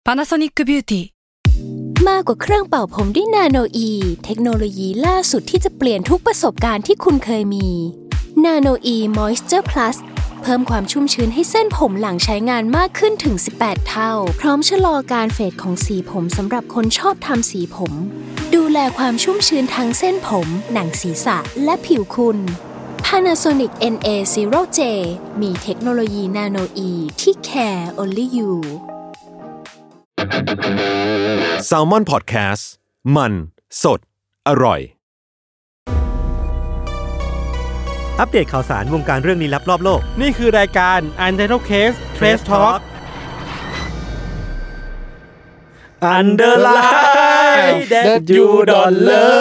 Panasonic Beauty มากกว่าเครื่องเป่าผมด้วยนาโนอีเทคโนโลยีล่าสุดที่จะเปลี่ยนทุกประสบการณ์ที่คุณเคยมีนาโนอีมอยส์เจอร์พลัสเพิ่มความชุ่มชื้นให้เส้นผมหลังใช้งานมากขึ้นถึง18เท่าพร้อมชะลอการเฟดของสีผมสำหรับคนชอบทำสีผมดูแลความชุ่มชื้นทั้งเส้นผมหนังศีรษะและผิวคุณ Panasonic NA0J มีเทคโนโลยีนาโนอีที่ care only you Salmon Podcast มันสดอร่อยอัปเดตข่าวสารวงการเรื่องลี้ลับรอบโลกนี่คือรายการ Untitled Case Trace Talk Underline that you don't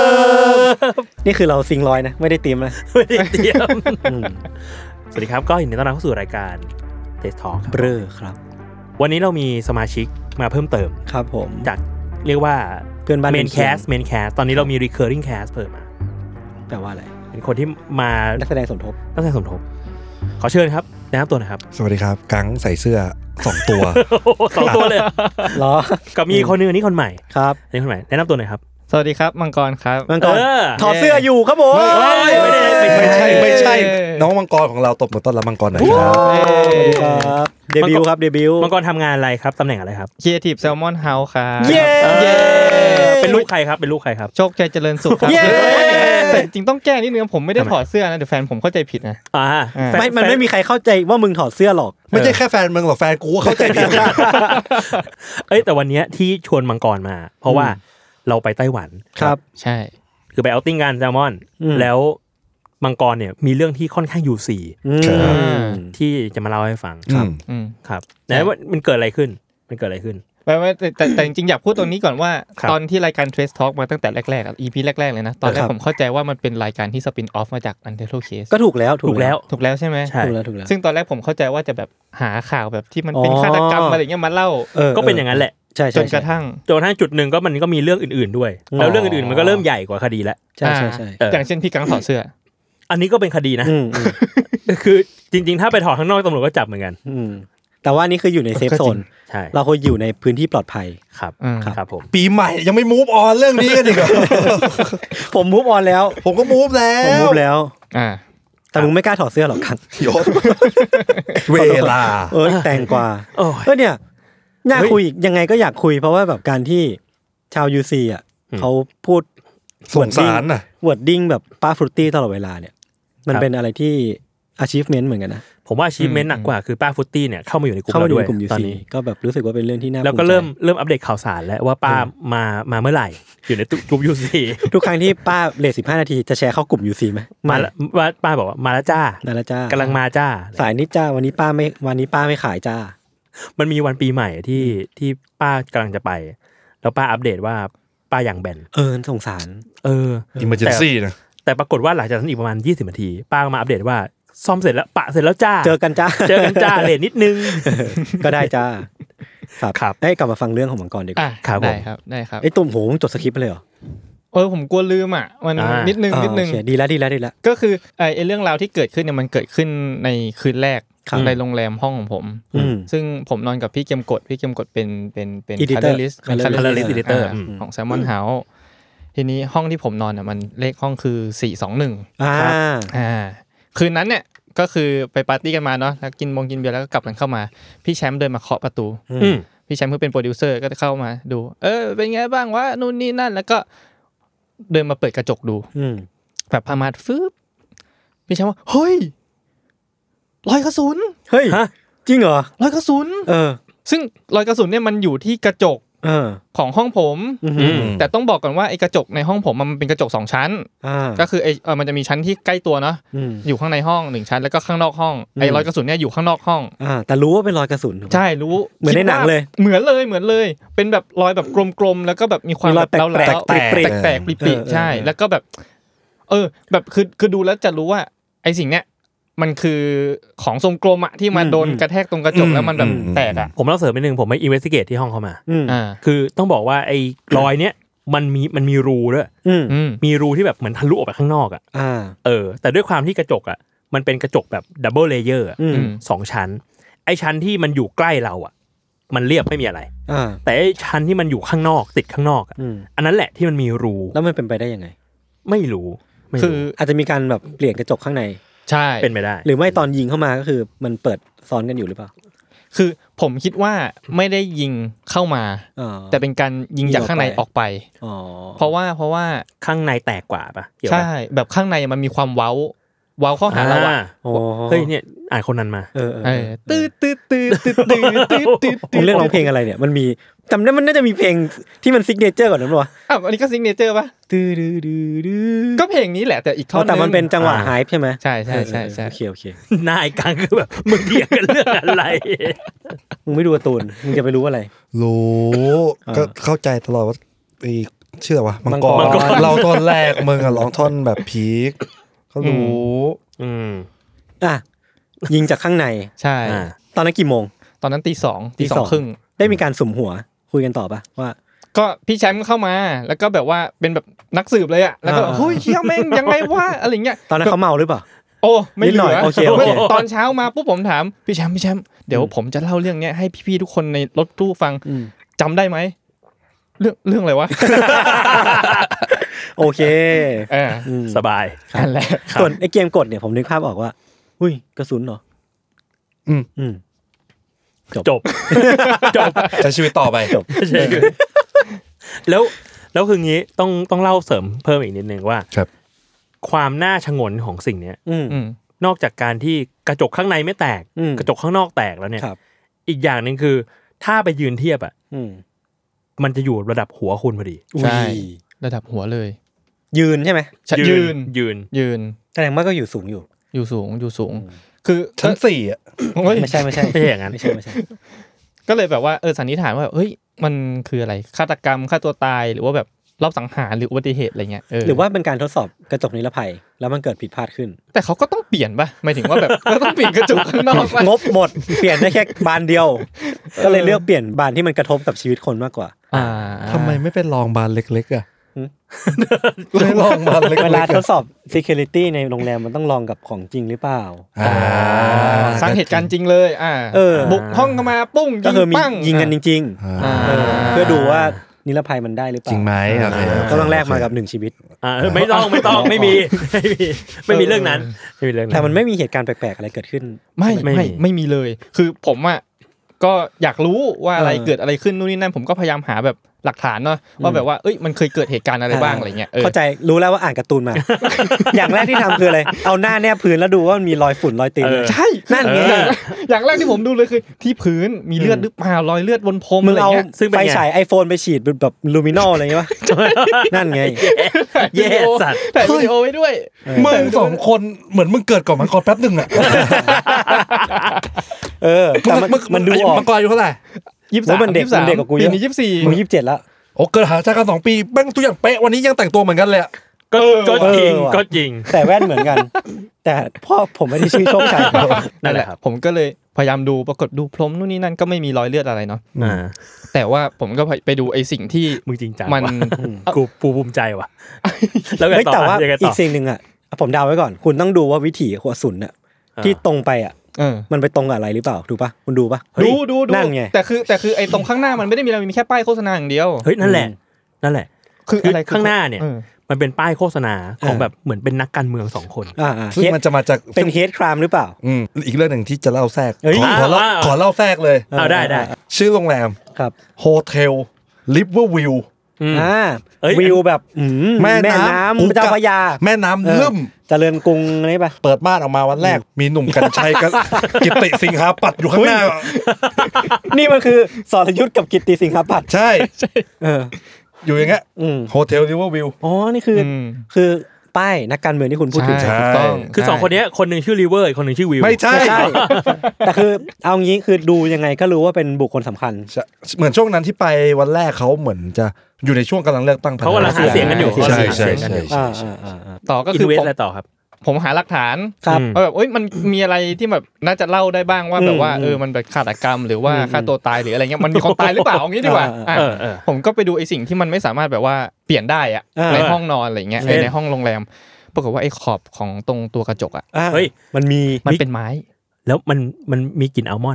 love นี่คือเราซิงร้อยนะไม่ได้เตรียมนะไม่ได้เตรียมสวัสดีครับก็ยินดีต้อนรับเข้าสู่รายการ Trace Talk เบรอครับวันนี้เรามีสมาชิกมาเพิ่มเติมครับผมจากเรียกว่าเพื่อนบ้าน Main Cast ตอนนี้เรามี Recurring Cast เพิ่มมาแปลว่าอะไรเป็นคนที่มานักแสดงสมทบขอเชิญครับแนะนำตัวหน่อยครับสวัสดีครับกังใส่เสื้อ2ตัว 2ตัวเลยเหรอกับมีคนนึงอันนี้คนใหม่ครับอันนี้คนใหม่แนะนำตัวหน่อยครับสวัสดีครับมังกรครับมังกรถอดเสื้ออยู่ครับผมไม่ใช่น้องมังกรของเราตบมือต้อนรับมังกรหน่อยครับสวัสดีครับเดบิวต์ครับเดบิวต์มังกรทำงานอะไรครับตำแหน่งอะไรครับ Creative Salmon House ครับเย้เป็นลูกใครครับโชคชัยเจริญสุขครับแต่จริงต้องแก้นิดนึงผมไม่ได้ถอดเสื้อนะเดี๋ยวแฟนผมเข้าใจผิดนะมันไม่มีใครเข้าใจว่ามึงถอดเสื้อหรอกไม่ใช่แค่แฟนมึงหรอกแฟนกูก็เข้าใจผิดแต่วันนี้ที่ชวนมังกรมาเพราะว่าเราไปไต้หวันครับใช่คือไปเอาติ้งกันแซลมอนแล้วมังกรเนี่ยมีเรื่องที่ค่อนข้างยูซีที่จะมาเล่าให้ฟังครับแล้วมันเกิดอะไรขึ้นแต่จริงๆอยากพูดตรงนี้ก่อนว่าตอนที่รายการ Trace Talk มาตั้งแต่แรกๆEP แรกๆเลยนะตอนแรกผมเข้าใจว่ามันเป็นรายการที่สปินออฟมาจาก Untitled Case ก็ถูกแล้วใช่ไหมใช่ซึ่งตอนแรกผมเข้าใจว่าจะแบบหาข่าวแบบที่มันเป็นฆาตกรรมอะไรอย่างเงี้ยมาเล่าก็เป็นอย่างนั้นแหละจนกระทั่งจุดนึงก็มันก็มีเรื่องอื่นๆด้วยแล้วเรื่องอื่นๆมันก็เริ่มใหญ่กว่าคดีแล้วใช่อย่างเช่นพี่กังถอดเสื้ออันนี้ก็เป็นคดีนะคือจริงๆถ้าไปถอดข้างนอกตำรวจก็จับเหมือนกันแต่ว่านี่คืออยู่ในเซฟโซนเราควรอยู่ในพื้นที่ปลอดภัยครับผมปีใหม่ยังไม่มูฟออนเรื่องนี้กันอีกเหรอผมมูฟออนแล้วผมก็มูฟแล้วแต่มึงไม่กล้าถอดเสื้อหรอกกันยศเวลาแต่งกว่าเนี่ยอยากคุยยังไงก็อยากคุยเพราะว่าแบบการที่ชาว UC อ่ะเขาพูดสงสารน่ะวอร์ดดิ้งแบบป้าฟรุตตี้ตลอดเวลาเนี่ยมันเป็นอะไรที่ achievement เหมือนกันนะผมว่า achievement หนักกว่าคือป้าฟุตตี้เนี่ยเข้ามาอยู่ในกลุ่มเราด้วยตอนนี้ก็แบบรู้สึกว่าเป็นเรื่องที่น่าแล้วก็เริ่มอัปเดตข่าวสารแล้วว่าป้ามาเมื่อไหร่อยู่ในกลุ่ม UC ทุกครั้งที่ป้าเลท15นาทีจะแชร์เข้ากลุ่ม UC มั้ยมาป้าบอกว่ามาแล้วจ้ากำลังมาจ้าสายนี้จ้าวันนี้ป้าไม่ขายจ้ามันมีวันปีใหม่ที่ป้ากำลังจะไปแล้วป้าอัปเดตว่าป้าอย่างแบนสงสาร emergency นะแต่ปรากฏว่าหลังจากนั้นอีกประมาณ20นาทีป้ามาอัปเดตว่าซ่อมเสร็จแล้วปะเสร็จแล้วจ้าเจอกันจ้าเลทนิดนึงก็ได้จ้าครับกลับมาฟังเรื่องของมังกรดีกว่าได้ครับตุ่มโหจดสคริปต์ไปเลยเหรอผมกลัวลืมมันนิดนึงดีแล้วก็คือไอ้เรื่องราวที่เกิดขึ้นเนี่ยมันเกิดขึ้นในคืนแรกในโรงแรมห้องของผมซึ่งผมนอนกับพี่เกมกดเป็นcolorist editor ของ Salmon House ทีนี้ห้องที่ผมนอนน่ะมันเลขห้องคือ421ครับคืนนั้นเนี่ยก็คือไปปาร์ตี้กันมาเนาะแล้วกินเบียร์แล้วก็กลับกันเข้ามาพี่แชมป์เดินมาเคาะประตูพี่แชมป์คือเป็นโปรดิวเซอร์ก็จะเข้ามาดูเป็นไงบ้างวะนู่นนี่นั่นแล้วก็เดินมาเปิดกระจกดูแบบพามาฟึบพี่แชมป์ว่าเฮ้ยรอยกระสุนเฮ้ยจริงเหรอรอยกระสุนซึ่งรอยกระสุนเนี่ยมันอยู่ที่กระจกของห้องผมแต่ต้องบอกก่อนว่าไอ้กระจกในห้องผมมันเป็นกระจก2ชั้นก็คือมันจะมีชั้นที่ใกล้ตัวเนาะอยู่ข้างในห้อง1ชั้นแล้วก็ข้างนอกห้องไอ้รอยกระสุนเนี่ยอยู่ข้างนอกห้องแต่รู้ว่าเป็นรอยกระสุนใช่รู้เหมือนในหนังเลยเหมือนเลยเป็นแบบรอยแบบกลมๆแล้วก็แบบมีความแบบแปลกๆปิๆใช่แล้วก็แบบแบบคือดูแล้วจะรู้ว่าไอ้สิ่งเนี้ยมันคือของทรงกลมอะที่มาโดนกระแทกตรงกระจกแล้วมันแบบแตกอะผมเล่าเสริมนิดนึงผมไปอินเวสติเกตที่ห้องเขามาคือต้องบอกว่าไอ้รอยเนี้ยมันมีรูด้วยมีรูที่แบบเหมือนทะลุออกไปข้างนอกอะแต่ด้วยความที่กระจกอะมันเป็นกระจกแบบดับเบิลเลเยอร์2ชั้นไอ้ชั้นที่มันอยู่ใกล้เราอะมันเรียบไม่มีอะไรแต่ชั้นที่มันอยู่ข้างนอกติดข้างนอกอันนั้นแหละที่มันมีรูแล้วมันเป็นไปได้ยังไงไม่รู้คืออาจจะมีการแบบเปลี่ยนกระจกข้างในใช่เป็นไปได้หรือไม่ตอนยิงเข้ามาก็คือมันเปิดซ้อนกันอยู่หรือเปล่าคือผมคิดว่าไม่ได้ยิงเข้ามาแต่เป็นการยิงจากข้างในออกไปเพราะว่าข้างในแตกกว่าป่ะใช่แบบข้างในมันมีความเว้าเข้าหาเราอ่ะเฮ้ยเนี่ยอ่านคนนั้นมาตื้อตื้อตื้อตื้อตื้อตื้อตื้อเรื่องร้องเพลงอะไรเนี่ยมันมีจำได้มันน่าจะมีเพลงที่มันซิกเนเจอร์ก่อนนั้นป่ะอันนี้ก็ซิกเนเจอร์ป่ะตื้อดื้อดื้อก็เพลงนี้แหละแต่อีกท่อนนึงแต่มันเป็นจังหวะไฮป์ใช่ไหมใช่ๆโอเคนายกลางคือแบบมึงเถียงกันเรื่องอะไรมึงไม่ดูการ์ตูนมึงจะไปรู้อะไรรู้ก็เข้าใจตลอดว่าไอ้ชื่ออะไรวะมังกรเราตอนแรกมึงอ่ะร้องท่อนแบบพีคเขารู้ยิงจากข้างในใช่ตอนนั้นกี่โมงตอนนั้นตี 2:30 น. ได้มีการสุ่มหัวคุยกันต่อป่ะว่าก็พี่แชมป์เข้ามาแล้วก็แบบว่าเป็นแบบนักสืบเลยอ่ะแล้วก็เฮ้ยเฮียแม่งยังไงวะอะไรเงี้ยตอนนั้นเขาเมาหรือเปล่าโอ้ไม่เหลือโอเคตอนเช้ามาปุ๊บผมถามพี่แชมป์เดี๋ยวผมจะเล่าเรื่องเนี้ยให้พี่ๆทุกคนในรถตู้ฟังจำได้ไหมเรื่องอะไรวะโอเคสบายนั่นแหละส่วนไอ้เกมกดเนี่ยผมนึกภาพออกว่าอุ้ยกระสุนเหรอจบใช้ชีวิตต่อไปจบแล้วคืองี้ต้องเล่าเสริมเพิ่มอีกนิดนึงว่าความน่าชงนของสิ่งเนี้ยนอกจากการที่กระจกข้างในไม่แตกกระจกข้างนอกแตกแล้วเนี่ยอีกอย่างนึงคือถ้าไปยืนเทียบอ่ะมันจะอยู่ระดับหัวคุณพอดีใช่ระดับหัวเลยยืนใช่ไหมยืนแสดงว่าก็อยู่สูงคือชั้น4อ่ะไม่ใช่อย่างนั้นไม่ใช่ก็เลยแบบว่าสันนิษฐานว่าเฮ้ยมันคืออะไรฆาตกรรมฆ่าตัวตายหรือว่าแบบรอบสังหารหรืออุบัติเหตุอะไรเงี้ยหรือว่าเป็นการทดสอบกระจกนิรภัยแล้วมันเกิดผิดพลาดขึ้นแต่เขาก็ต้องเปลี่ยนป่ะหมายถึงว่าแบบก็ต้องเปลี่ยนกระจกข้างนอกงบหมดเปลี่ยนได้แค่บานเดียวก็เลยเลือกเปลี่ยนบานที่มันกระทบกับชีวิตคนมากกว่าทำไมไม่เป็นลองบานเล็กๆอ่ะไม่ลองบานเล็กๆเวลาทดสอบ security ในโรงแรมมันต้องลองกับของจริงหรือเปล่าสร้างเหตุการณ์จริงเลยบุกห้องเข้ามาปุ้งยิงปั้งยิงกันจริงๆเพื่อดูว่านิรภัยมันได้หรือเปล่าจริงไหมก็ต้องแลกมากับ1ชีวิตไม่ต้องไม่มีเรื่องนั้นแต่มันไม่มีเหตุการณ์แปลกๆอะไรเกิดขึ้นไม่มีเลยคือผมอ่ะก็อยากรู้ว่าอะไรเกิดอะไรขึ้นนู่นนี่นั่นผมก็พยายามหาแบบหลักฐานเนาะว่าแบบว่าเอ้ยมันเคยเกิดเหตุการณ์อะไรบ้างอะไรเงี้ยเข้าใจรู้แล้วว่าอ่านการ์ตูนมาอย่างแรกที่ทำคืออะไรเอาหน้าแนบพื้นแล้วดูว่ามันมีรอยฝุ่นรอยตีนใช่นั่นไงอย่างแรกที่ผมดูเลยคือที่พื้นมีเลือดหรือเปล่ารอยเลือดบนพรมอะไรเงี้ยซึ่งไฟฉาย iPhone ไปฉีดแบบลูมินอลอะไรเงี้ยวะนั่นไงแย่สัตว์ถ่ายวิดีโอไว้ด้วยมึง2คนเหมือนมึงเกิดก่อนมังกรแป๊บนึงอ่ะแต่มันดูออกมังกรอยู่เท่าไหร่ 23มันเด็กกว่ากูเยอะปีนี้24 มึง27แล้วโอ้เกิดหาจากกัน2ปีแม่งทุกอย่างเป๊ะวันนี้ยังแต่งตัวเหมือนกันเลยก็จริงแต่แว่นเหมือนกันแต่พ่อผมไม่ได้ชื่อโชคชัยนั่นแหละผมก็เลยพยายามดูปรากฏดูพรมนู่นนี่นั่นก็ไม่มีรอยเลือดอะไรเนาะแต่ว่าผมก็ไปดูไอ้สิ่งที่มึงจริงจังมันกูภูมิใจว่ะแล้วแต่ว่าอีกสิ่งนึงอ่ะผมเดาไว้ก่อนคุณต้องดูว่าวิถีหัวสุนน่ะที่ตรงไปอ่ะมันไปตรงกับอะไรหรือเปล่าถูกป่ะคุณดูป่ะดูนั่นไงแต่คือไอ้ตรงข้างหน้ามันไม่ได้มีอะไรมีแค่ป้ายโฆษณาอย่างเดียวเฮ้ยนั่นแหละคืออะไรข้างหน้าเนี่ยมันเป็นป้ายโฆษณาของแบบเหมือนเป็นนักการเมือง2คนซึ่งมันจะมาจากเป็นเฮดครามหรือเปล่าอีกเรื่องนึงที่จะเล่าแทรกขอเล่าแทรกเลยได้ชื่อโรงแรมครับโฮเทลริเวอร์วิววิวแบบแม่น้ำเจ้าพระยาแม่น้ำลึ่มเจริญกรุงอะไรป่ะเปิดม่านออกมาวันแรกมีหนุ่มกัญชัยกับกิตติสิงหาปัตย์อยู่ข้างหน้านี่มันคือสรยุทธกับกิตติสิงหาปัตย์ใช่อยู่อย่างเงี้ยโฮเทลริเวอร์วิวอ๋อนี่คือป้ายนักการเมืองที่คุณพูดถึงถูกต้องคือ2คนนี้คนนึงชื่อริเวอร์อีกคนนึงชื่อวิวไม่ใช่แต่คือเอางี้คือดูยังไงก็รู้ว่าเป็นบุคคลสำคัญเหมือนช่วงนั้นที่ไปวันแรกเขาเหมือนจะอยู่ในช่วงกำลังเลือกตั้งเขากำลังหาเสียงกันอยู่ใช่ต่อก็คืออะไรต่อครับผมหาหลักฐานว่าแบบมันมีอะไรที่แบบน่าจะเล่าได้บ้างว่าแบบว่ามันเป็นฆาตกรรมหรือว่าฆ่าตัวตายหรืออะไรเงี้ยมันมีคนตายหรือเปล่าอย่างนี้ดีกว่าผมก็ไปดูไอ้สิ่งที่มันไม่สามารถแบบว่าเปลี่ยนได้อะในห้องนอนอะไรเงี้ยในห้องโรงแรมปรากฏว่าไอ้ขอบของตรงตัวกระจกอ่ะเฮ้ยมันเป็นไม้แล้วมันมีกลิ่นอัลมอนด์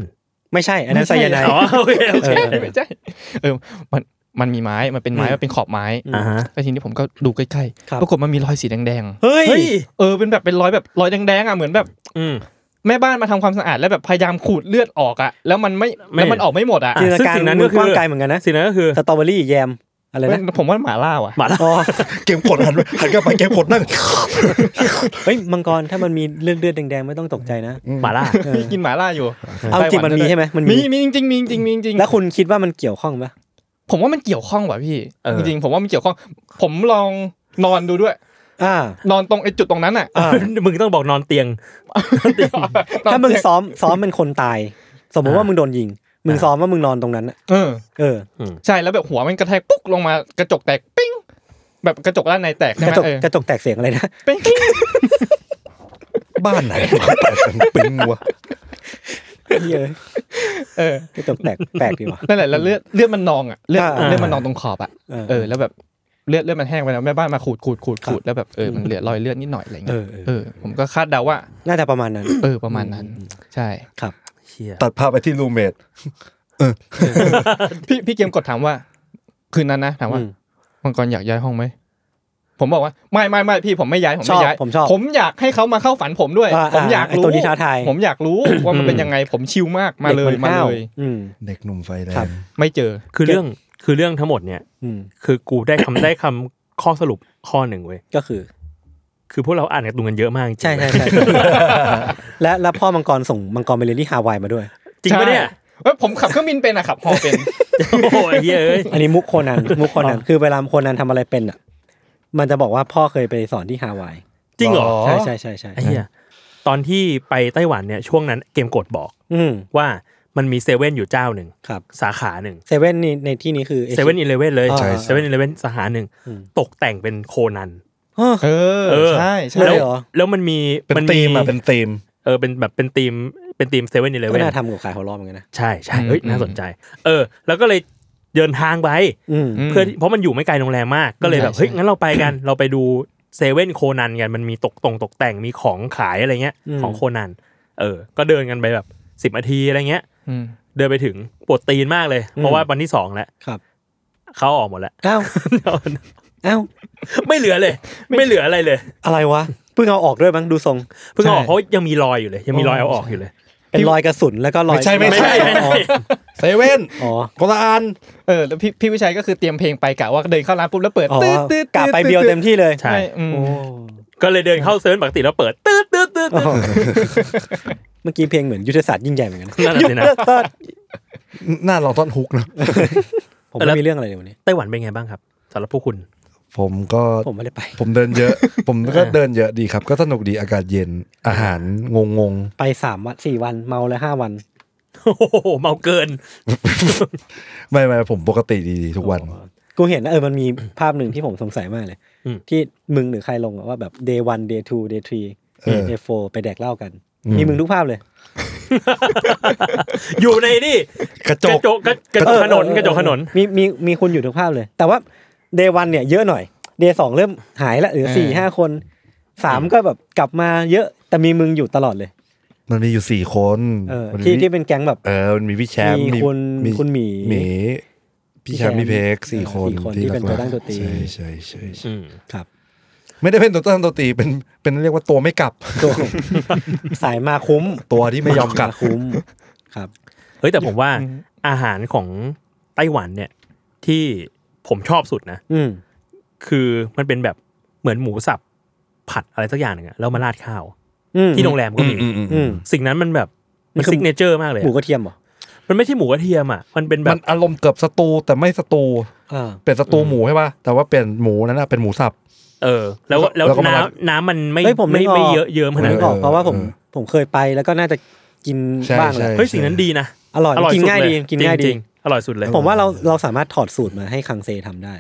ไม่ใช่อันนั้นไซยาไนด์ไม่ใช่มันมีไม้มันเป็นไม้มันเป็นขอบไม้แล้วทีนี้ผมก็ดูใกล้ๆปรากฏมันมีรอยสีแดงๆเฮ้ยเป็นแบบเป็นรอยแบบรอยแดงๆอ่ะเหมือนแบบแม่บ้านมาทำความสะอาดแล้วแบบพยายามขูดเลือดออกอ่ะแล้วมันออกไม่หมดอ่ะซึ่งสิ่งนั้นก็คือกว้างไกลเหมือนกันนะสิ่งนั้นก็คือสตรอเบอรี่แยมอะไรนะผมว่าหมาล่าว่ะหมาล่าเกมกดหันกลับไปเกมกดนั่งเฮ้ยมังกรถ้ามันมีเลือดแดงๆไม่ต้องตกใจนะหมาล่าพี่กินหมาล่าอยู่เอาจริงมันมีใช่ไหมมันมีจริงๆมีจริงแล้วคุณคิดว่ามันเกี่ยวข้องปะผมว่ามันเกี่ยวข้องว่ะพี่จริงๆผมว่ามันเกี่ยวข้องผมลองนอนดูด้วยนอนตรงไอ้จุดตรงนั้นอ่ะมึงต้องบอกนอนเตียงถ้ามึงซ้อมเป็นคนตายสมมติว่ามึงโดนยิงมึงซ้อมว่ามึงนอนตรงนั้นใช่แล้วแบบหัวมันกระแทกปุ๊กลงมากระจกแตกปิ้งแบบกระจกด้านในแตกใช่ไหมกระจกแตกเสียงอะไรนะปิ้งบ้านไหนแตกปิ้งวะกระจกแตกดีวะนั่นแหละแล้วเลือดมันนองอ่ะเลือดมันนองตรงขอบอ่ะแล้วแบบเลือดมันแห้งไปแล้วแม่บ้านมาขูดแล้วแบบมันเหลือรอยเลือดนิดหน่อยอะไรเงี้ยผมก็คาดเดาว่าน่าจะประมาณนั้นประมาณนั้นใช่ครับตัดภาพไปที่รูเมทพี่เกมกดถามว่าคืนนั้นนะถามว่ามังกรอยากย้ายห้องไหมผมบอกว่าไม่พี่ผมไม่ย้ายผมไม่ย้ายผมอยากให้เขามาเข้าฝันผมด้วยผมอยากรู้ผมอยากรู้ว่ามันเป็นยังไงผมชิลมากมาเลยเด็กหนุ่มไฟแรงไม่เจอคือเรื่องทั้งหมดเนี่ยคือกูได้คำข้อสรุปข้อหนึ่งเว้ยก็คือพวกเราอ่านการ์ตูนกันเยอะมากใช่และพ่อมังกรส่งมังกรไปเรียนที่ฮาวายมาด้วยจริงปะเนี่ยผมขับเครื่องบินเป็นอะขับฮอเป็นโอ้ยเฮ้ยอันนี้มุกโคนันคือเวลาโคนันทำอะไรเป็นอ่ะมันจะบอกว่าพ่อเคยไปสอนที่ฮาวายจริงเหรอใช่ไอ้เหี้ยตอนที่ไปไต้หวันเนี่ยช่วงนั้นเกมกดบอกว่ามันมีเซเว่นอยู่เจ้าหนึ่งสาขาหนึ่งเซเว่นนี่ในที่นี้คือเซเว่นอีเลฟเว่นเลยเซเว่นอีเลฟเว่นสาขาหนึ่งตกแต่งเป็นโคนันใช่แล้วมันมีเป็นธีมเป็นธีมเป็นแบบเป็นธีมเซเว่นอีเลฟเว่นก็น่าทำกับขายฮอลล์เหมือนกันนะใช่เฮ้ยน่าสนใจแล้วก็เลยเดินทางไปเพื่อเพราะมันอยู่ไม่ไกลโรงแรมมากก็เลยแบบเฮ้ยงั้นเราไปกันเราไปดูเซเว่นโคนันกันมันมีตกแต่งมีของขายอะไรเงี้ยของโคนันก็เดินกันไปแบบ10 นาทีอะไรเงี้ยเดินไปถึงปวดตีนมากเลยเพราะว่าวันที่2แล้วเขาออกหมดแล้วอ้าวไม่เหลือเลยไม่เหลืออะไรเลยอะไรวะเพิ่งเอาออกด้วยมั้งดูทรงเพิ่งออกเพราะยังมีรอยอยู่เลยยังมีรอยเอาออกอยู่เลยเป็นรอยกระสุนแล้วก็รอยไม่ใช่เซเว่นคนละอันแล้วพี่วิชัยก็คือเตรียมเพลงไปกะว่าเดินเข้าร้านปุ๊บแล้วเปิดตืดกะไปเบียวเต็มที่เลยใช่ก็เลยเดินเข้าเซิร์ฟปกติแล้วเปิดตืดเมื่อกี้เพลงเหมือนยุทธศาสตร์ยิ่งใหญ่เหมือนกันยุทธศาสตร์น่าลองท่อนฮุกนะผมไม่มีเรื่องอะไรเลยวันนี้ไต้หวันเป็นไงบ้างครับสำหรับพวกคุณผมไม่ได้ไปผมเดินเยอะผมก็เดินเยอะดีครับก็สนุกดีอากาศเย็นอาหารงงไป3 วัน4 วันเมาเลย5 วันโอ้โหเมาเกินไม่ผมปกติดีทุกวันกูเห็นนะมันมีภาพหนึ่งที่ผมสงสัยมากเลยที่มึงหรือใครลงว่าแบบ day 1 day 2 day 3 day 4ไปแดกเหล้ากันมีมึงทุกภาพเลยอยู่ในนี่กระจกถนนมีคุณอยู่ทุกภาพเลยแต่ว่าเดย์1เนี่ยเยอะหน่อยเดย์2เริ่มหายละเหลือ 4-5 คน3ก็แบบกลับมาเยอะแต่มีมึงอยู่ตลอดเลยมันมีอยู่4คนที่เป็นแก๊งแบบมันมีพี่แชมป์มีคุณหมีพี่แชมป์พี่เพก4คนที่เป็นตัวตั้งตัวตีใช่ครับไม่ได้เป็นตัวตั้งตัวตีเป็นเรียกว่าตัวไม่กลับตัวสายมาคุ้มตัวที่ไม่ยอมกลับคุ้มครับเฮ้ยแต่ผมว่าอาหารของไต้หวันเนี่ยที่ผมชอบสุดนะคือมันเป็นแบบเหมือนหมูสับผัดอะไรสักอย่างนึงแล้วมาราดข้าวที่โรงแรมก็มีสิ่งนั้นมันแบบมันซิกเนเจอร์มากเลยหมูกระเทียมเหรอมันไม่ใช่หมูกระเทียมอ่ะมันเป็นแบบมันอารมณ์เกือบสตูแต่ไม่สตูเป็นสตูหมูใช่ป่ะแต่ว่าเป็นหมูนั้นเป็นหมูสับแล้วน้ำมันไม่เยอะเยิ้มขนาดนั้นเพราะว่าผมเคยไปแล้วก็น่าจะกินบ้างเลยเฮ้ยสิ่งนั้นดีนะอร่อยกินง่ายดีกินง่ายดีอร่อยสุดเลยผมว่าเราสามารถถอดสูตรมาให้คังเซทำได้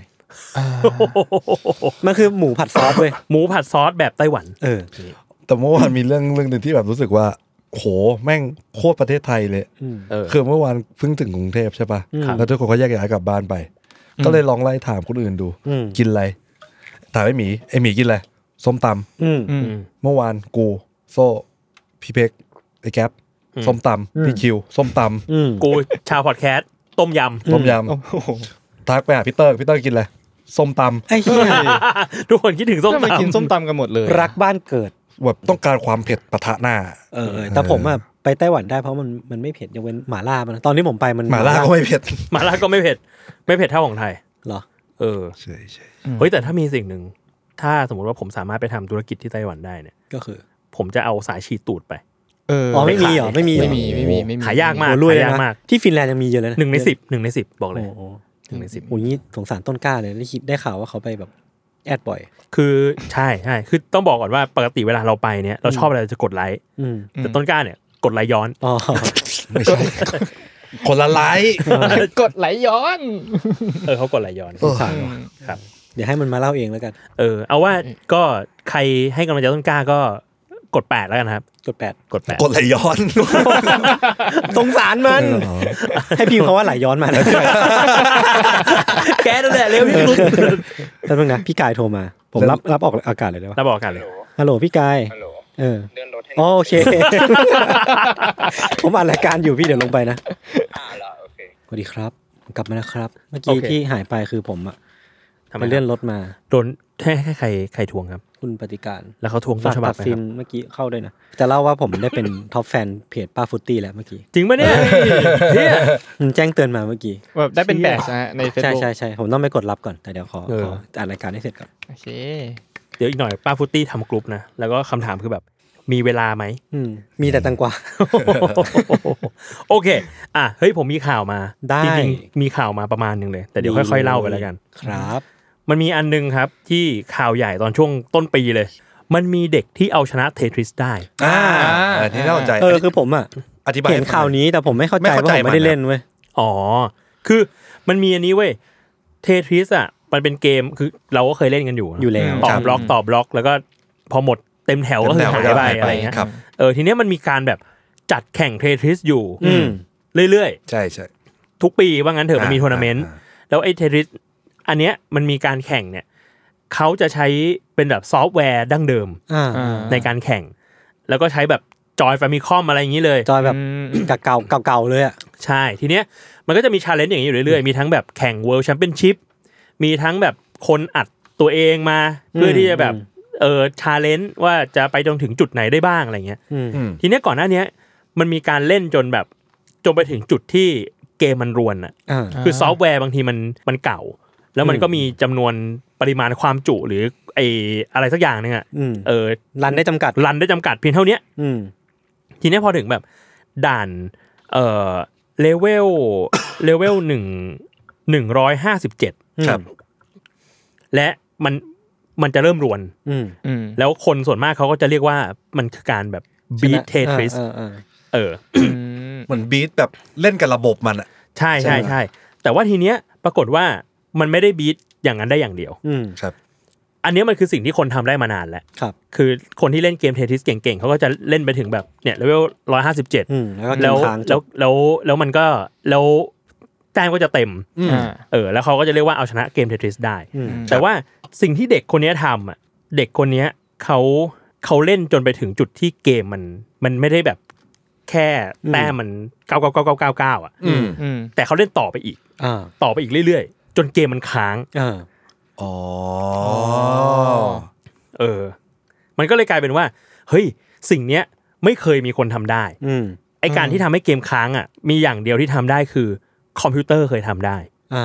มันคือหมูผัดซอสเว้ยหมูผัดซอสแบบไต้หวันแต่เมื่อวานมีเรื่องนึงที่แบบรู้สึกว่าโหแม่งโคตรประเทศไทยเลยคือเมื่อวานเพิ่งถึงกรุงเทพใช่ป่ะแล้วทุกคนก็แยกย้ายกลับบ้านไปก็เลยลองไล่ถามคนอื่นดูกินอะไรถามไอ้หมีกินอะไรส้มตำเมื่อวานกูโซ่พี่เพ็กไอ้แก๊ปส้มตำพี่คิวส้มตำกูชาวพอดแคสต์ต้มยำทักไปหาพี่เตอร์กินอะไรส้มตำไอ้เหี้ยทุกคนคิดถึงส้มตำกินส้มตำกันหมดเลยรักบ้านเกิดแบบต้องการความเผ็ดปะทะหน้าแต่ผมอะไปไต้หวันได้เพราะมันไม่เผ็ดยกเว้นหม่าล่ามันตอนที่ผมไปมันหม่าล่าก็ไม่เผ็ดหม่าล่าก็ไม่เผ็ดเท่าของไทยเหรอใช่เฮ้ยแต่ถ้ามีสิ่งหนึ่งถ้าสมมติว่าผมสามารถไปทำธุรกิจที่ไต้หวันได้เนี่ยก็คือผมจะเอาสายฉีดตูดไปไม่มีเหรอไม่มีหายากมากที่ฟินแลนด์ยังมีเยอะเลยนะ 1 ใน 10บอกเลย1 ใน 10 โอ้ยสงสารต้นกล้าเลยได้ข่าวว่าเขาไปแบบแอดบ่อยคือใช่คือต้องบอกก่อนว่าปกติเวลาเราไปเนี่ยเราชอบอะไรจะกดไลค์แต่ต้นกล้าเนี่ยกดไลค์ย้อนไม่ใช่คนละไลค์กดไลค์ย้อนเขากดไลค์ย้อนสงสารครับเดี๋ยวให้มันมาเล่าเองแล้วกันเอาว่าก็ใครให้กำลังใจต้นกล้าก็กด8แล้วกันครับกด8 กดไหลย้อนสงสารมันให้พิมพ์คำว่าไหลย้อนมาแล้วแกนั่นแหละเร็วที่สุดแต่เพิ่งนะพี่กายโทรมาผมรับออกอากาศเลยได้ป่ะรับออกอากาศเลยฮัลโหลพี่กายเลื่อนรถให้โอเคผมอ่านรายการอยู่พี่เดี๋ยวลงไปนะโอเคสวัสดีครับกลับมาแล้วครับเมื่อกี้ที่หายไปคือผมอะไปเลื่อนรถมาโดนให้ใครทวงครับคุณปฏิการแล้วเขาทวงต้นฉบับไหมครับเมื่อกี้เข้าด้วยนะจะเล่าว่าผมได้เป็นท็อปแฟนเพจป้าฟุตตี้แล้วเมื่อกี้จริงป่ะเนี่ยแจ้งเตือนมาเมื่อกี้แบบได้เป็นแบตนะใน Facebook ใช่ผมต้องไปกดรับก่อนแต่เดี๋ยวขออ่านรายการให้เสร็จก่อนโอเคเดี๋ยวอีกหน่อยป้าฟุตตี้ทำกลุ่มนะแล้วก็คำถามคือแบบมีเวลาไหมมีแต่ตังกว่าโอเคเฮ้ยผมมีข่าวมาจริงๆมีข่าวมาประมาณนึงเลยแต่เดี๋ยวค่อยๆเล่าไปแล้วกันครับมันมีอันนึงครับที่ข่าวใหญ่ตอนช่วงต้นปีเลยมันมีเด็กที่เอาชนะเททริสได้ที่เข้าใจคือผมอธิบายเห็นข่าวนี้แต่ผมไม่เข้าใจว่าผมไม่ได้เล่นเว้ยคือมันมีอันนี้เว้ยเททริสมันเป็นเกมคือเราก็เคยเล่นกันอยู่แล้วต่อบล็อกแล้วก็พอหมดเต็มแถวก็คือหายไปอะไรเงี้ยทีเนี้ยมันมีการแบบจัดแข่งเททริสอยู่เรื่อยๆใช่ๆทุกปีว่างั้นเถอะมันมีทัวร์นาเมนต์แล้วไอ้เททริสอันเนี้ยมันมีการแข่งเนี่ยเขาจะใช้เป็นแบบซอฟต์แวร์ดั้งเดิมในการแข่งแล้วก็ใช้แบบจอย Famicom อะไรอย่างนี้เลยจอยแบบเก่าเลยอ่ะใช่ทีเนี้ยมันก็จะมี challenge อย่างนี้อยู่เรื่อยๆมีทั้งแบบแข่ง World Championship มีทั้งแบบคนอัดตัวเองมาเพื่อที่จะแบบchallenge ว่าจะไปจนถึงจุดไหนได้บ้างอะไรเงี้ยทีเนี้ยก่อนหน้านี้มันมีการเล่นจนไปถึงจุดที่เกมมันรวนอ่ะคือซอฟต์แวร์บางทีมันเก่าแล้วมันก็มีจำนวนปริมาณความจุหรืออะไรสักอย่างนึงอ่ะรันได้จำกัดเพียงเท่านี้ทีนี้พอถึงแบบด่านเลเวล157 ครับและมันจะเริ่มรวนแล้วคนส่วนมากเขาก็จะเรียกว่ามันคือการแบบบีทเททริสเหมือนบีทแบบเล่นกับระบบมันอ่ะใช่แต่ว่าทีเนี้ยปรากฏว่ามันไม่ได้บีทอย่างนั้นได้อย่างเดียวครับอันนี้มันคือสิ่งที่คนทำได้มานานแล้วคือคนที่เล่นเกมเททริสเก่งๆเขาก็จะเล่นไปถึงแบบเนี่ยเลเวล157แล้วมันก็แล้วแต้มก็จะเต็มแล้วเขาก็จะเรียกว่าเอาชนะเกมเททริสได้แต่ว่าสิ่งที่เด็กคนนี้ทำอ่ะเด็กคนนี้เขาเล่นจนไปถึงจุดที่เกมมันไม่ได้แบบแค่แต้มมัน9999อ่ะแต่เขาเล่นต่อไปอีกเรื่อยๆจนเกมมันค้างมันก็เลยกลายเป็นว่าเฮ้ยสิ่งเนี้ยไม่เคยมีคนทำได้ไอการที่ทำให้เกมค้างอ่ะมีอย่างเดียวที่ทำได้คือคอมพิวเตอร์เคยทำได้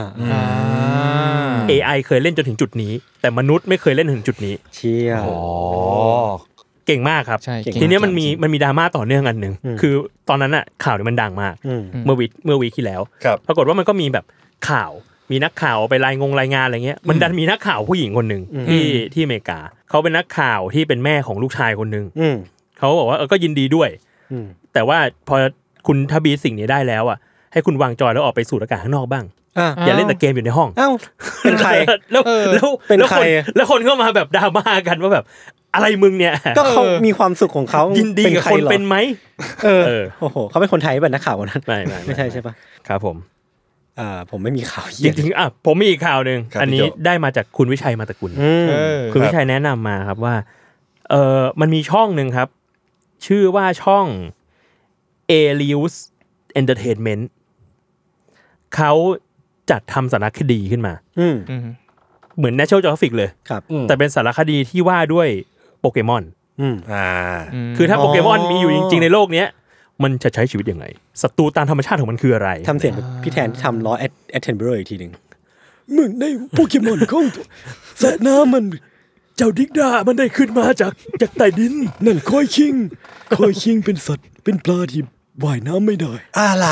AI เคยเล่นจนถึงจุดนี้แต่มนุษย์ไม่เคยเล่นถึงจุดนี้เชี่ยเก่งมากครับทีนี้มันมีดราม่าต่อเนื่องอันนึงคือตอนนั้นอ่ะข่าวนี้มันดังมากเมื่อวีคที่แล้วปรากฏว่ามันก็มีแบบข่าวมีนักข่าวไปรายงานอะไรเงี้ยมันดันมีนักข่าวผู้หญิงคนนึงที่อเมริกาเขาเป็นนักข่าวที่เป็นแม่ของลูกชายคนนึงเขาบอกว่าก็ยินดีด้วยแต่ว่าพอคุณทบีสิ่งนี้ได้แล้วอ่ะให้คุณวางจอยแล้วออกไปสูดอากาศข้างนอกบ้างอย่าเล่นแต่เกมอยู่ในห้องเป็นใครแล้วเป็นใครแล้วคนเข้ามาแบบดราม่ากันว่าแบบอะไรมึงเนี่ยก็เขามีความสุขของเขายินดีกับคนเป็นไหมโอ้โหเขาเป็นคนไทยแบบนักข่าวนั้นไม่ใช่ใช่ปะครับผมผมไม่มีข่าวจริงๆผมมีอีกข่าวนึงอันนี้ได้มาจากคุณวิชัยมาตะกุลคุณวิชัยแนะนำมาครับว่ามันมีช่องนึงครับชื่อว่าช่อง Alius Entertainment เขาจัดทำสารคดีขึ้นมาเหมือน National Geographic เลยแต่เป็นสารคดีที่ว่าด้วยโปเกมอนคือถ้าโปเกมอนมีอยู่จริงๆในโลกเนี้ยมันจะใช้ชีวิตยังไงศัตรูตามธรรมชาติของมันคืออะไรทำเสียงพี่แทนที่ทำล้อแอตเทนเบอร์อีกทีนึงเหมือนในโปเกมอนของสระน้ำมันเจ้าดิกดามันได้ขึ้นมาจากใต้ดินนั่นคอยคิงเป็นสัตว์เป็นปลาที่ว่ายน้ำไม่ได้อะไร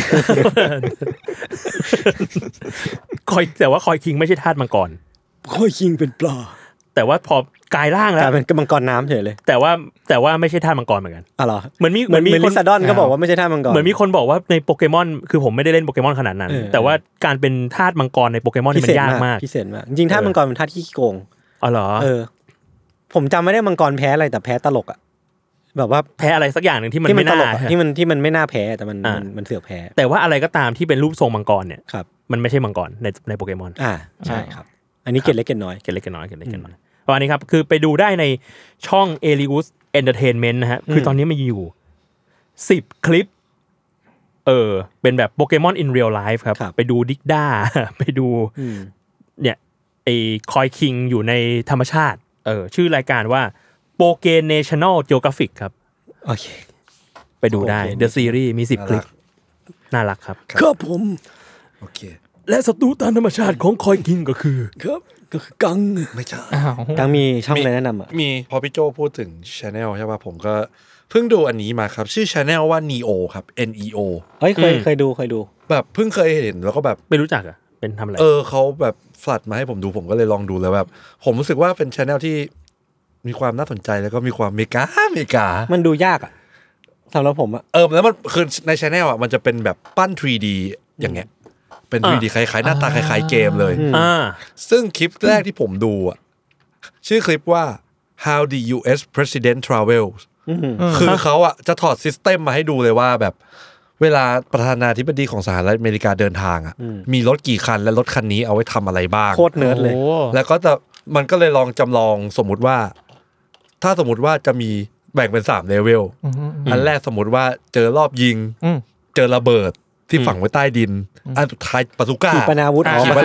แต่ว่าคอยคิงไม่ใช่ธาตุมังกรคอยคิงเป็นปลาแต่ว่าพอกลายร่างแล้วกลายเป็นมังกรน้ำเฉยเลยแต่ว่าไม่ใช่ธาตุมังกรเหมือนกันอ๋อเหรอเหมือนมีลิซาดอนก็บอกว่าไม่ใช่ธาตุมังกรเหมือนมีคนบอกว่าในโปเกมอนคือผมไม่ได้เล่นโปเกมอนขนาดนั้นแต่ว่าการเป็นธาตุมังกรในโปเกมอนนี่มันยากมากพิเศษมากจริงๆธาตุมังกรเป็นธาตุที่ขี้โกงอ๋อเหรอผมจำไม่ได้มังกรแพ้อะไรแต่แพ้ตลกอ่ะแบบว่าแพ้อะไรสักอย่างนึงที่มันไม่น่าที่มันไม่น่าแพ้แต่มันเสือกแพ้แต่ว่าอะไรก็ตามที่เป็นรูปทรงมังกรเนี่ยมันไม่ใช่มังกรในโปเกมอนใช่ครับอันนี้เกล็ดเล็กเกล็ดน้อยประมาณนี้ครับคือไปดูได้ในช่อง Alius Entertainment นะฮะคือตอนนี้มันอยู่10คลิปเป็นแบบโปเกมอน in real life ครับไปดูดิกด้าไปดูเนี่ยไอ้คอยคิงอยู่ในธรรมชาติชื่อรายการว่าโปเก National Geographic ครับโอเคไปดูได้ The Series มี10คลิปน่ารักครับครับผมโอเคและศัตรูตามธรรมชาติของคอยคิงก็คือครับก็คือกังไม่ใช่กังมีช่องอะไรแนะนำอ่ะมีพอพี่โจพูดถึง Channel ใช่ป่ะผมก็เพิ่งดูอันนี้มาครับชื่อ Channel ว่า Neo ครับ NEO เคยดูแบบเพิ่งเคยเห็นแล้วก็แบบไม่รู้จักอ่ะเป็นทำอะไรเขาแบบฟลัดมาให้ผมดูผมก็เลยลองดูแล้วแบบผมรู้สึกว่าเป็น Channel ที่มีความน่าสนใจแล้วก็มีความเมกามันดูยากอ่ะสำหรับผมอ่ะแล้วมันคือใน Channel อ่ะมันจะเป็นแบบปั้น 3D อย่างเงี้ยเป็น 3D คล้ายๆหน้าตาคล้ายๆเกมเลยซึ่งคลิปแรกที่ผมดูอ่ะชื่อคลิปว่า How the US President Travels คือเขาอ่ะจะถอดซิสเต็มมาให้ดูเลยว่าแบบเวลาประธานาธิบดีของสหรัฐอเมริกาเดินทางอ่ะมีรถกี่คันและรถคันนี้เอาไว้ทำอะไรบ้างโคตรเนิร์ดเลยแล้วก็มันก็เลยลองจำลองสมมุติว่าถ้าสมมุติว่าจะมีแบ่งเป็น3เลเวลอันแรกสมมุติว่าเจอรอบยิงเจอระเบิดที่ฝังไว้ใต้ดินอันสุดท้ายปาซูก้าขีปนาวุธ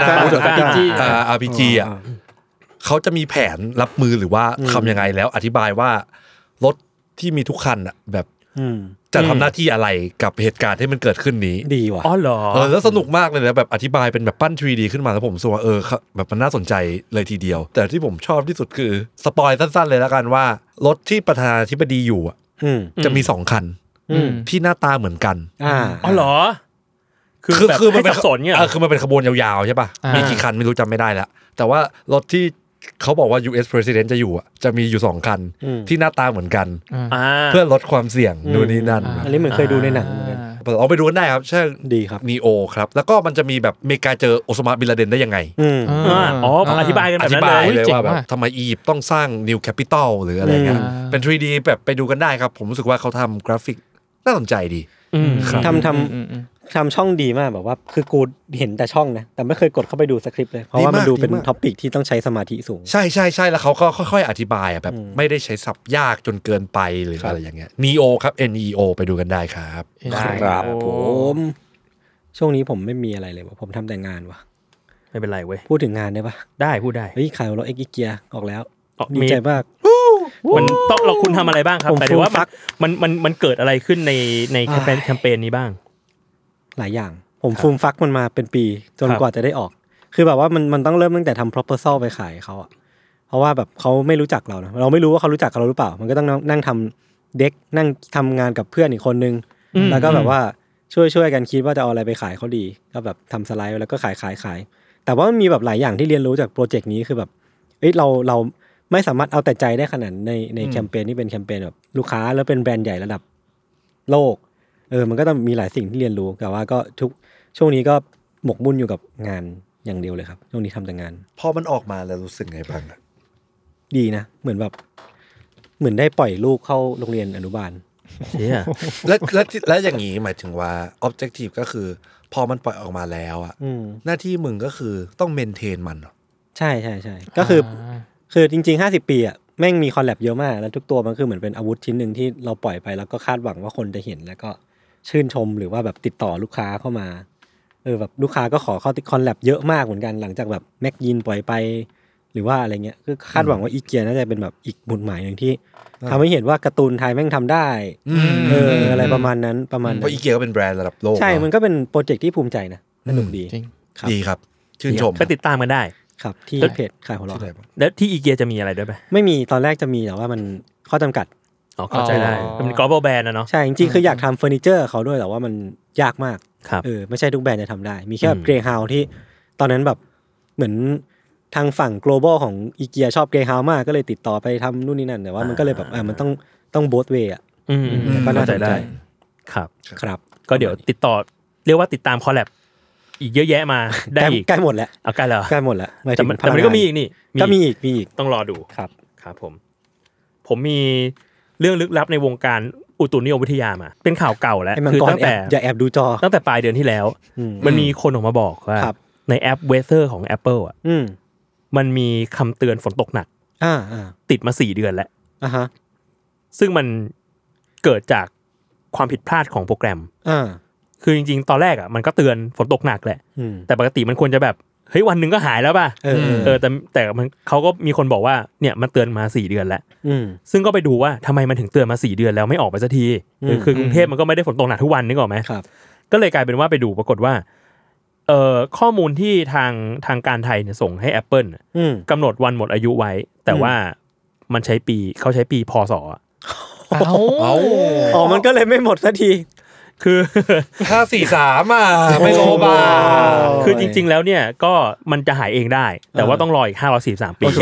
RPG อ่ะเขาจะมีแผนรับมือหรือว่าทำยังไงแล้วอธิบายว่ารถที่มีทุกคันอ่ะแบบจะทำหน้าที่อะไรกับเหตุการณ์ที่มันเกิดขึ้นนี้ดีว่ะอ๋อเหรอแล้วสนุกมากเลยนะแบบอธิบายเป็นแบบปั้น 3D ขึ้นมาแล้วผมรู้สึกว่าแบบมันน่าสนใจเลยทีเดียวแต่ที่ผมชอบที่สุดคือสปอยสั้นๆเลยแล้วกันว่ารถที่ประธานาธิบดีอยู่จะมี2คันที่หน้าตาเหมือนกันอ๋อเหรอคือมันเป็นคือมันเป็นขบวนยาวๆใช่ป่ะมีกี่คันไม่รู้จำไม่ได้แล้วแต่ว่ารถที่เขาบอกว่า US President จะอยู่จะมีอยู่2คันที่หน้าตาเหมือนกันเพื่อลดความเสี่ยงนู่นนี่นั่นอันนี้เหมือนเคยดูในหนังเหมือนกันเอาไปดูกันได้ครับใช่ดีครับ Neo ครับแล้วก็มันจะมีแบบอเมริกาเจอโอซามาบินลาเดนได้ยังไงอธิบายกันแบบนั้นเลยว่าแบบทำไมอียิปต์ต้องสร้าง New Capital หรืออะไรเงี้ยเป็น 3D แบบไปดูกันได้ครับผมรู้สึกว่าเขาทำกราฟิกน่าสนใจดีทำช่องดีมากแบบว่าคือกูเห็นแต่ช่องนะแต่ไม่เคยกดเข้าไปดูสคริปต์เลยเพราะว่ามันดูเป็นท็อปิกที่ต้องใช้สมาธิสูงใช่แล้วเขาก็ค่อยๆอธิบายแบบไม่ได้ใช้ศัพท์ยากจนเกินไปหรืออะไรอย่างเงี้ย Neo ครับ NEO ไปดูกันได้ครับครับผมช่วงนี้ผมไม่มีอะไรเลยว่ะผมทำแต่งานว่ะไม่เป็นไรเว้ยพูดถึงงานได้ปะได้พูดได้เฮ้ยขายรถเอ็กซ์เกียร์ออกแล้วดีใจมากมันต้องเราคุณทำอะไรบ้างครับแต่ว่ามันเกิดอะไรขึ้นในแคมเปญนี้บ้างหลายอย่างผมฟูมฟักมันมาเป็นปีจนกว่าจะได้ออกคือแบบว่ามันต้องเริ่มตั้งแต่ทำ proposal ไปขายเขาอะเพราะว่าแบบเขาไม่รู้จักเรานะเราไม่รู้ว่าเขารู้จักเราหรือเปล่ามันก็ต้องนั่งทำเด็กนั่งทำงานกับเพื่อนอีกคนนึงแล้วก็แบบว่าช่วยกันคิดว่าจะเอาอะไรไปขายเขาดีก็แบบทำสไลด์แล้วก็ขายแต่ว่ามันมีแบบหลายอย่างที่เรียนรู้จากโปรเจกต์นี้คือแบบเราไม่สามารถเอาแต่ใจได้ขนาดในแคมเปญที่เป็นแคมเปญแบบลูกค้าแล้วเป็นแบรนด์ใหญ่ระดับโลกมันก็ต้องมีหลายสิ่งที่เรียนรู้แต่ว่าก็ช่วงนี้ก็หมกมุ่นอยู่กับงานอย่างเดียวเลยครับช่วงนี้ทำแต่งานพอมันออกมาแล้วรู้สึกไงบ้างอ่ะดีนะเหมือนได้ปล่อยลูกเข้าโรงเรียนอนุบาลแล้วอย่างนี้หมายถึงว่า objective ก็คือพอมันปล่อยออกมาแล้วอ่ะหน้าที่มึงก็คือต้องเมนเทนมันใช่ก็คือจริงๆ50ปีอ่ะแม่งมีคอลแลบเยอะมากแล้วทุกตัวมันคือเหมือนเป็นอาวุธชิ้นนึงที่เราปล่อยไปแล้วก็คาดหวังว่าคนจะเห็นแล้วก็ชื่นชมหรือว่าแบบติดต่อลูกค้าเข้ามาแบบลูกค้าก็ขอเข้าคอนแลบเยอะมากเหมือนกันหลังจากแบบแม็กยินปล่อยไปหรือว่าอะไรเงี้ยคือคาดหวังว่าอีเกียน่าจะเป็นแบบอีกบุญหมายนึงที่ทำให้เห็นว่าการ์ตูนไทยแม่งทำได้อะไรประมาณนั้นเพราะอีเกียก็เป็นแบรนด์ระดับโลกใช่มันก็เป็นโปรเจกต์ที่ภูมิใจนะสนุกดีดีครับชื่นชมไปติดตามกันได้ครับที่เพจขายหัวเราะแล้วที่อีเกียจะมีอะไรด้วยไหมไม่มีตอนแรกจะมีแต่ว่ามันข้อจำกัดเข้าใจได้เป็น global brand นะเนาะใช่จริงๆคืออยากทำเฟอร์นิเจอร์เขาด้วยแต่ว่ามันยากมากไม่ใช่ทุกแบรนด์จะทำได้มีแค่เกรย์เฮาส์ที่ตอนนั้นแบบเหมือนทางฝั่ง global ของอีเกียชอบเกรย์เฮาส์มากก็เลยติดต่อไปทำนู่นนี่นั่นแต่ว่ามันก็เลยแบบมันต้องboth way อ่ะก็น่าสนใจครับครับก็เดี๋ยวติดต่อเรียกว่าติดตามคอลแลบอีกเยอะแยะมาได้อีกใกล้หมดแล้วใกล้แล้วใกล้หมดแล้วแต่มันก็มีอีกนี่ก็มีอีกต้องรอดูครับผมมีเรื่องลึกลับในวงการอุตุนิยมวิทยามาเป็นข่าวเก่าแล้วคือตั้งแต่อย่าแอบดูจอตั้งแต่ปลายเดือนที่แล้วมันมีคนออกมาบอกว่าในแอป Weather ของ Apple อ่ะมันมีคำเตือนฝนตกหนักติดมา4 เดือนแล้วซึ่งมันเกิดจากความผิดพลาดของโปรแกรมคือจริงๆตอนแรกอ่ะมันก็เตือนฝนตกหนักแหละแต่ปกติมันควรจะแบบเฮ้ยวันนึงก็หายแล้วป่ะแต่มันเขาก็มีคนบอกว่าเนี่ยมันเตือนมา4 เดือนแล้วซึ่งก็ไปดูว่าทำไมมันถึงเตือนมา4 เดือนแล้วไม่ออกไปสักทีคือกรุงเทพมันก็ไม่ได้ฝนตกหนักทุกวันนึกออกไหมก็เลยกลายเป็นว่าไปดูปรากฏว่าข้อมูลที่ทางการไทยเนี่ยส่งให้ Apple กำหนดวันหมดอายุไว้แต่ว่ามันเขาใช้ปีพศมันก็เลยไม่หมดสักทีคือ 543ไม่โลบาคือจริงๆแล้วเนี่ยก็มันจะหายเองได้แต่ว่าต้องรออีก543 ปี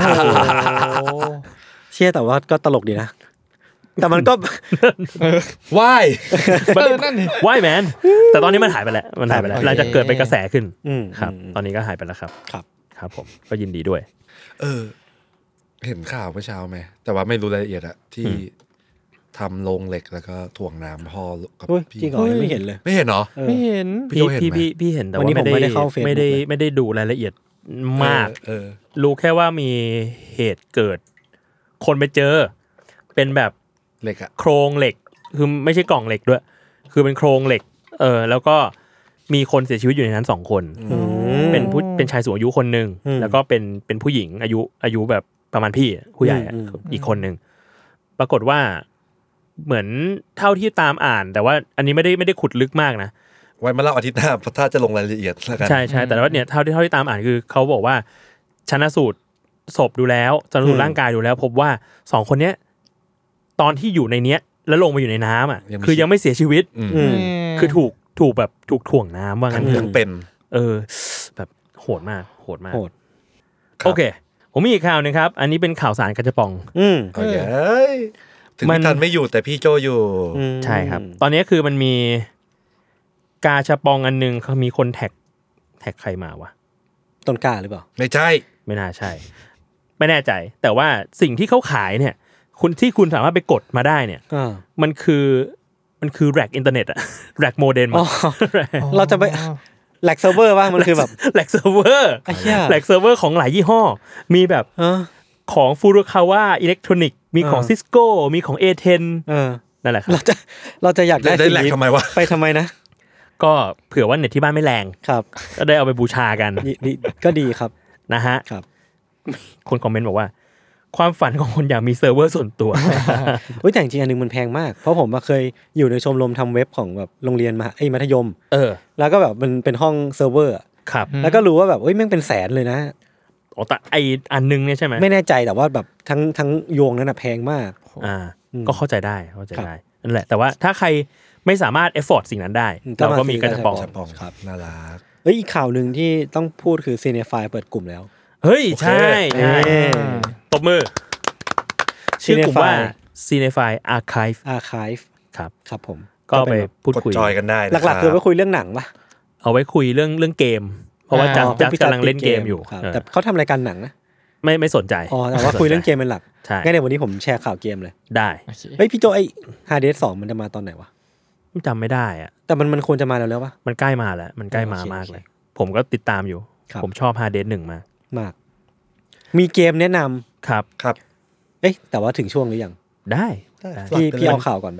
เชื่อแต่ว่าก็ตลกดีนะแต่มันก็ว่ายนั่นนี่ว่ายแมนแต่ตอนนี้มันหายไปแล้วหลังจากเกิดเป็นกระแสขึ้นครับตอนนี้ก็หายไปแล้วครับครับผมก็ยินดีด้วยเห็นข่าวเมื่อเช้าไหมแต่ว่าไม่รู้รายละเอียดอะที่ทำโรงเหล็กแล้วก็ถ่วงน้ำพ่อกับพี่จริงเหรอไม่เห็นเลยไม่เห็นเหรอไม่เห็นพี่เห็นแต่ว่าไม่ได้ดูรายละเอียดมากรู้แค่ว่ามีเหตุเกิดคนไปเจอเป็นแบบเหล็กอะโครงเหล็กคือไม่ใช่กล่องเหล็กด้วยคือเป็นโครงเหล็กแล้วก็มีคนเสียชีวิตอยู่ในนั้น2 คนเป็นชายสูงอายุคนนึงแล้วก็เป็นผู้หญิงอายุแบบประมาณพี่ผู้ใหญ่อีกคนนึงปรากฏว่าเหมือนเท่าที่ตามอ่านแต่ว่าอันนี้ไม่ได้ขุดลึกมากนะไว้มาเล่าอาทิตย์หน้าถ้าจะลงรายละเอียดแล้วกันใช่แต่ว่าเนี่ยเท่าที่ตามอ่านคือเขาบอกว่าชันสูตรศพดูแล้วชันสูตรร่างกายดูแล้วพบว่า2 คนเนี้ยตอนที่อยู่ในเนี้ยแล้วลงมาอยู่ในน้ำอ่ะคือยังไม่เสียชีวิตคือถูกแบบถูกถ่วงน้ำว่างั้นทั้งเป็นแบบโหดมากโอเคผมมีอีกข่าวนึงครับอันนี้เป็นข่าวสารกระจะปองโอเคถึงพี่ทันไม่อยู่แต่พี่โจอยู่ใช่ครับตอนนี้คือมันมีกาชาปองอันนึงเขามีคนแท็กใครมาวะต้นกล้าหรือเปล่าไม่ใช่ไม่น่าใช่ไม่แน่ใจแต่ว่าสิ่งที่เขาขายเนี่ยคุณสามารถไปกดมาได้เนี่ยมันคือแร็กอินเทอร์เน็ตอะแร็กโมเด็มเราจะไปแร็กเซิร์ฟเวอร์ป่ะมันคือแบบแร็กเซิร์ฟเวอร์แร็กเซิร์ฟเวอร์ของหลายยี่ห้อมีแบบของฟูรุคาวะอิเล็กทรอนิกส์มีของซิสโก้มีของ A10 นั่นแหละครับเราจะอยากได้สิ่งนี้ไปทำไมนะก็เผื่อว่าเน็ตที่บ้านไม่แรงครับก็ได้เอาไปบูชากันก็ดีครับนะฮะครับคนคอมเมนต์บอกว่าความฝันของคนอยากมีเซิร์ฟเวอร์ส่วนตัวแต่จริงๆอันนึงมันแพงมากเพราะผมเคยอยู่ในชมรมทำเว็บของแบบโรงเรียนมัธยมแล้วก็แบบมันเป็นห้องเซิร์ฟเวอร์ครับแล้วก็รู้ว่าแบบแม่งเป็นแสนเลยนะแต่ไออันนึงเนี่ยใช่ไหมไม่แน่ใจแต่ว่าแบบทั้งโยงนั้นแพงมากก็เข้าใจได้นั่นแหละแต่ว่าถ้าใครไม่สามารถ afford สิ่งนั้นได้เราก็มีกระป๋องครับน่ารักอีกข่าวนึงที่ต้องพูดคือ Cinefy เปิดกลุ่มแล้วเฮ้ยใช่ตบมือชื่อกลุ่มว่า Cinefy Archive ครับผมก็ไปพูดคุยจอยกันได้หลักๆคือไปคุยเรื่องหนังป่ะเอาไว้คุยเรื่องเกมเพราะว่าจัดกำลังเล่นเกมอยู่แต่เขาทำรายการหนังนะไม่สนใจแต่ว่าคุยเรื่องเกมเป็นหลักงั้นเดี๋ยววันนี้ผมแชร์ข่าวเกมเลยได้พี่โจHades 2มันจะมาตอนไหนวะจำไม่ได้อะแต่มันควรจะมาแล้วป่ะมันใกล้มาแล้วมันใกล้มามากเลยผมก็ติดตามอยู่ผมชอบ Hades 1มากมีเกมแนะนำครับแต่ว่าถึงช่วงหรือยังได้พี่เอาข่าวก่อนป่ะ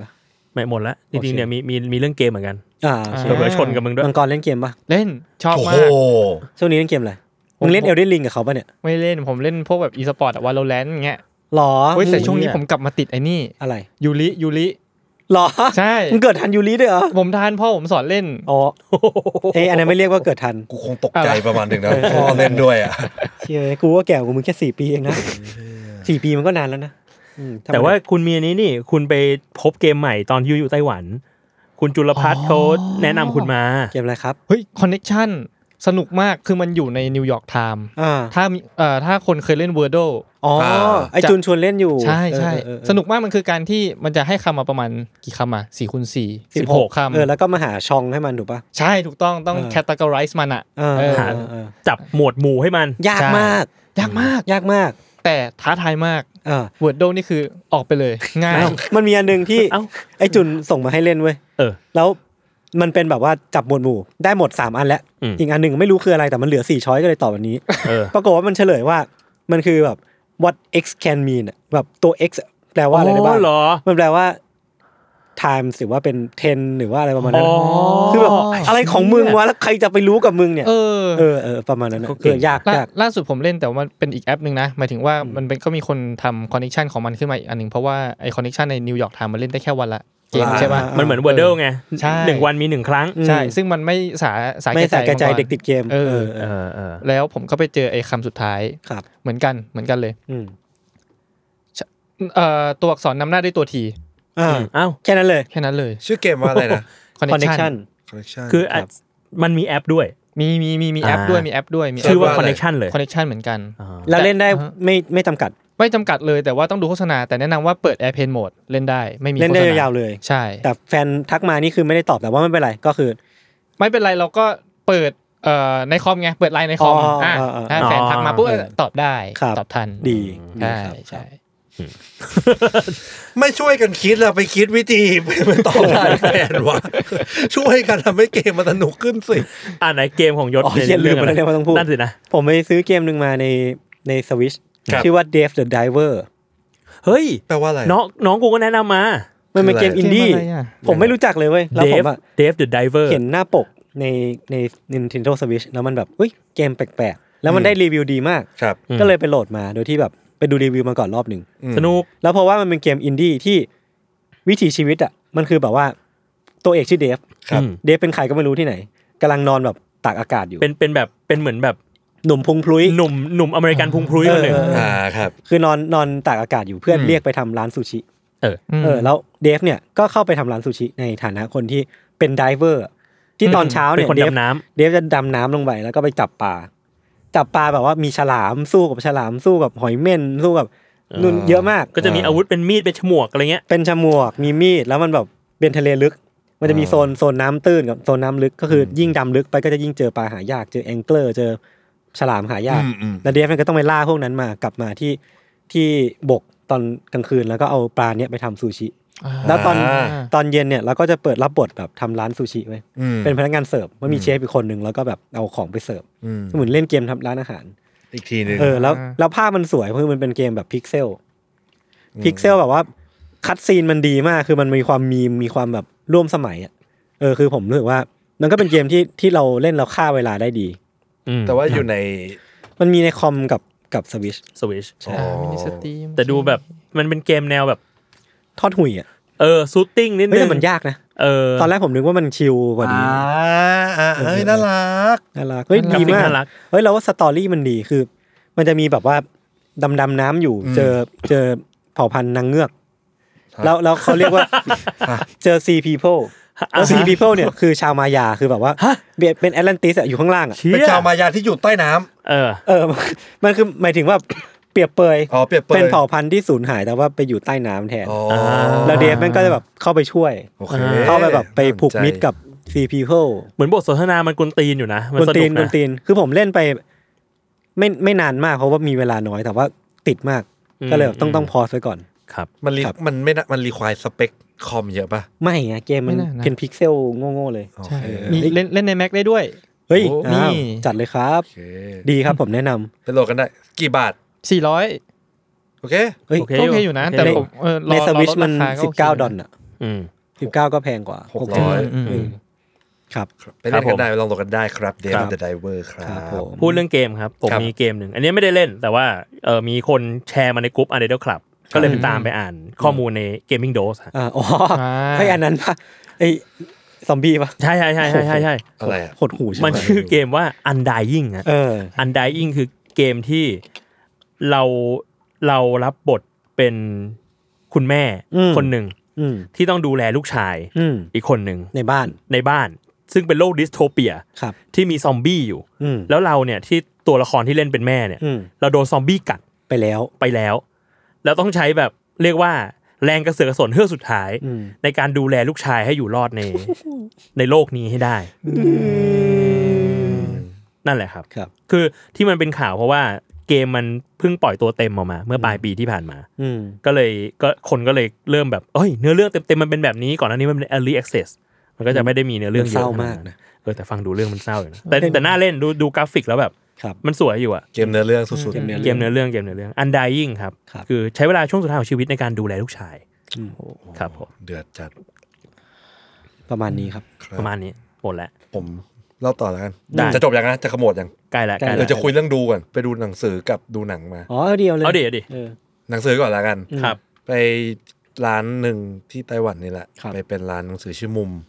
ไม่หมดแล้วจริงๆเนี่ยมีเรื่องเกมเหมือนกันเผื่อชนกับมึงด้วยมังกรเล่นเกมป่ะเล่นชอบมากช่วงนี้เล่นเกมอะไรมึงเล่น Elden Ring กับเขาป่ะเนี่ยไม่เล่นผมเล่นพวกแบบ e-sport Valorant อย่างเงี้ยหรอแต่ช่วงนี้ผมกลับมาติดไอ้นี่อะไรยูริหรอใช่มึงเกิดทันยูริด้วยเหรอผมทันพ่อผมสอนเล่นอ๋ออันนั้นไม่เรียกว่าเกิดทันกูคงตกใจประมาณนึงนะพ่อเล่นด้วยอ่ะเชี่ยกูว่าแก่กว่ามึงแค่4ปีเองนะ4ปีมันก็นานแล้วนะแต่ว่าคุณมีอันนี้นี่คุณไปพบเกมใหม่ตอนอยู่ไต้หวันคุณจุลภัทรเขาแนะนำคุณมาเกมอะไรครับเฮ้ย Connection สนุกมากคือมันอยู่ในนิวยอร์กไทม์ถ้าคนเคยเล่น Wordle ไอจุนชวนเล่นอยู่ใช่สนุกมากมันคือการที่มันจะให้คำมาประมาณกี่คำอ่ะ4x4 16คำแล้วก็มาหาช่องให้มันถูกป่ะใช่ถูกต้อง categorize มันอ่ะจับหมวดหมู่ให้มันยากมากแต่ท้าทายมากWordle นี่คือออกไปเลยง่ายมันมีอันนึงที่ไอจุนส่งมาให้เล่นเว้ยแล้วมันเป็นแบบว่าจับหมวดหมู่ได้หมด3อันแล้วอีกอันนึงไม่รู้คืออะไรแต่มันเหลือ4ช้อยก็เลยตอบวันนี้ปรากฏว่ามันเฉลยว่ามันคือแบบ what x can mean แบบตัว x แปลว่าอะไรได้บ้างมันแปลว่า times หรือว่าเป็น10หรือว่าอะไรประมาณนั้นคือแบบอะไรของมึงวะแล้วใครจะไปรู้กับมึงเนี่ยประมาณนั้นยากล่าสุดผมเล่นแต่ว่ามันเป็นอีกแอปนึงนะหมายถึงว่ามันเป็นก็มีคนทำ connection ของมันขึ้นมาอีกอันนึงเพราะว่าไอ้ connection ในนิวยอร์กไทม์มันเล่นได้แค่วันละเกมใช่ป่ะมันเหมือน Wordle ไง1วันมี1ครั้งใช่ซึ่งมันไม่สากระจายเด็กติดเกมแล้วผมก็ไปเจอไอ้คำสุดท้ายเหมือนกันเลยตัวอักษรนำหน้าด้วยตัว T แค่นั้นเลยชื่อเกมว่าอะไรนะ Connection คือมันมีแอปด้วยมีแอปด้วยชื่อว่า Connection เลย Connection เหมือนกันแล้วเล่นได้ไม่จำกัดเลยแต่ว่าต้องดูโฆษณาแต่แนะนำว่าเปิด Airplane Mode เล่นได้ไม่มีโฆษณาเล่นได้ยาวเลยใช่แต่แฟนทักมานี่คือไม่ได้ตอบแต่ว่าไม่เป็นไรก็คือไม่เป็นไรเราก็เปิดในคอมไงเปิดไลน์ในคอมถ้าแฟนทักมาปุ๊บตอบได้ตอบทันดีใช่ไม่ช่วยกันคิดแล้วไปคิดวิธีไปตอบได้แฟนวะช่วยกันทำให้เกมมันสนุกขึ้นสิไหนเกมของยศลืมไปแล้วเนี่ยต้องพูดนั่นสินะผมไปซื้อเกมนึงมาใน Switch ชื่อว่า Dave the Diver เฮ้ยแปลว่าอะไรน้องกูก็แนะนำมามันเป็นเกมอินดี้ผมไม่รู้จักเลยเว้ยแล้วผม Dave the Diver เห็นหน้าปกใน Nintendo Switch แล้วมันแบบเฮ้ยเกมแปลกๆแล้วมันได้รีวิวดีมากก็เลยไปโหลดมาโดยที่แบบไปดูรีวิวมาก่อนรอบนึงสนุกแล้วเพราะว่ามันเป็นเกมอินดี้ที่วิถีชีวิตอ่ะมันคือแบบว่าตัวเอกชื่อเดฟเป็นใครก็ไม่รู้ที่ไหนกำลังนอนแบบตากอากาศอยู่เป็นแบบเป็นเหมือนแบบหนุ่มพุงพลุยหนุ่มอเมริกันพุงพลุยคนหนึ่งครับคือนอนตากอากาศอยู่เพื่อนเรียกไปทำร้านซูชิแล้วเดฟเนี่ยก็เข้าไปทำร้านซูชิในฐานะคนที่เป็นไดเวอร์ที่ตอนเช้าเนี่ยเดฟจะดำน้ำลงไปแล้วก็ไปจับปลาแบบว่ามีฉลามสู้กับฉลามสู้กับหอยเม่นสู้กับนุ่นเยอะมากก็จะมีอาวุธเป็นมีดเป็นฉมวกอะไรเงี้ยเป็นฉมวกมีมีดแล้วมันแบบเป็นทะเลลึกมันจะมีโซนน้ำตื้นกับโซนน้ำลึกก็คือยิ่งดำลึกไปก็จะยิ่งเจอปลาหายากเจอแองเกิลเจอฉลามหายากแล้วเดฟมันก็ต้องไปล่าพวกนั้นมากลับมาที่บกตอนกลางคืนแล้วก็เอาปลาเนี้ยไปทำซูชิแล้วตอนเย็นเนี่ยเราก็จะเปิดรับบทแบบทำร้านซูชิไว้เป็นพนักงานเสิร์ฟมันมีเชฟอีกคนนึงแล้วก็แบบเอาของไปเสิร์ฟเหมือนเล่นเกมทำร้านอาหารอีกทีนึงแล้วภาพมันสวยเพราะมันเป็นเกมแบบพิกเซลแบบว่าคัตซีนมันดีมากคือมันมีความมีความแบบร่วมสมัยอ่ะคือผมรู้สึกว่ามันก็เป็นเกมที่เราเล่นแล้วฆ่าเวลาได้ดีแต่ว่าอยู่ในมันมีในคอมกับสวิชใช่มีสตรีมแต่ดูแบบมันเป็นเกมแนวแบบทอดหุยอ่ะซูตติ้งนิดนึงแต่มันยากนะตอนแรกผมนึกว่ามันชิลกว่านี้น่ารักเฮ้ยดีมากเฮ้ยเราว่าสตอรี่มันดีคือมันจะมีแบบว่าดำน้ำอยู่เจอเผ่าพันธุ์นางเงือกแล้วเขาเรียกว่าเจอ Sea People แล้ว Sea People เนี่ยคือชาวมายาคือแบบว่าเป็นแอตแลนติสอยู่ข้างล่างอ่ะเป็นชาวมายาที่อยู่ใต้น้ำมันคือหมายถึงว่าเปรียบเปยเป็นเผ่าพันธุ์ที่สูญหายแต่ว่าไปอยู่ใต้น้ำแทนแล้วเดฟมันก็จะแบบเข้าไปช่วยเข้าไปแบบไปผูกมิตรกับ Sea People เหมือนบทสนทนามันกวนตีนอยู่นะมันสนุกนะคือผมเล่นไปไม่นานมากเพราะว่ามีเวลาน้อยแต่ว่าติดมากก็เลยต้องพอไว้ก่อนครับมันรีควายสเปคคอมเยอะป่ะไม่ไงเกมมันเป็นพิกเซลโง่ๆเลยมีเล่นใน Mac ได้ด้วยเฮ้ยนี่จัดเลยครับดีครับผมแนะนำไปโหลดกันได้กี่บาท 400 โอเคอยู่นะแต่ผมในสวิชมัน$19อ่ะ 19ก็แพงกว่าครับไปเล่นกันได้ลองโหลดกันได้ครับ Dave the Diver ครับพูดเรื่องเกมครับผมมีเกมหนึ่งอันนี้ไม่ได้เล่นแต่ว่ามีคนแชร์มาในกลุ่ม Undead Club ก็เลยไปตามไปอ่านข้อมูลใน Gaming Dose อ๋อให้อันนั้นป่ะไอ้ซอมบี้ป่ะใช่ๆๆๆอะไรอ่ะหดหู่ใช่มั้ยมันชื่อเกมว่า Undying อ่ะUndying คือเกมที่เรารับบทเป็นคุณแม่คนหนึ่งที่ต้องดูแลลูกชายอีกคนหนึ่งในบ้านซึ่งเป็นโลกดิสโทเปียที่มีซอมบี้อยู่แล้วเราเนี่ยที่ตัวละครที่เล่นเป็นแม่เนี่ยเราโดนซอมบี้กัดไปแล้วแล้วต้องใช้แบบเรียกว่าแรงกระเสือกกระสนเฮือกสุดท้ายในการดูแลลูกชายให้อยู่รอดในโลกนี้ให้ได้นั่นแหละครับคือที่มันเป็นข่าวเพราะว่าเกมมันเพิ่งปล่อยตัวเต็มออกมาเมื่อปลายปีที่ผ่านมาก็คนก็เลยเริ่มแบบเนื้อเรื่องเต็มๆมันเป็นแบบนี้ก่อนหน้านี้มันเป็น early access มันก็จะไม่ได้มีเนื้อเรื่องเยอะมากนะแต่ฟังดูเรื่องมันเศร้าอยู่นะแต่น่าเล่นดูกราฟิกแล้วแบบมันสวยอยู่อ่ะเกมเนื้อเรื่องสุดๆเกมเนื้อเรื่อง Undying ครับคือใช้เวลาช่วงสุดท้ายของชีวิตในการดูแลลูกชายครับผมเดือดจัดประมาณนี้ครับประมาณนี้หมดแล้วผมเล่าต่อแล้วกันจะจบยังนะจะขมวดยังใกล้แล้วจะคุยเรื่องดูก่อนไปดูหนังสือกับดูหนังมาเดียวเลยหนังสือก่อนแล้วกันไปร้านหนึ่งที่ไต้หวันนี่แหละไปเป็นร้านหนังสือชื่อมุม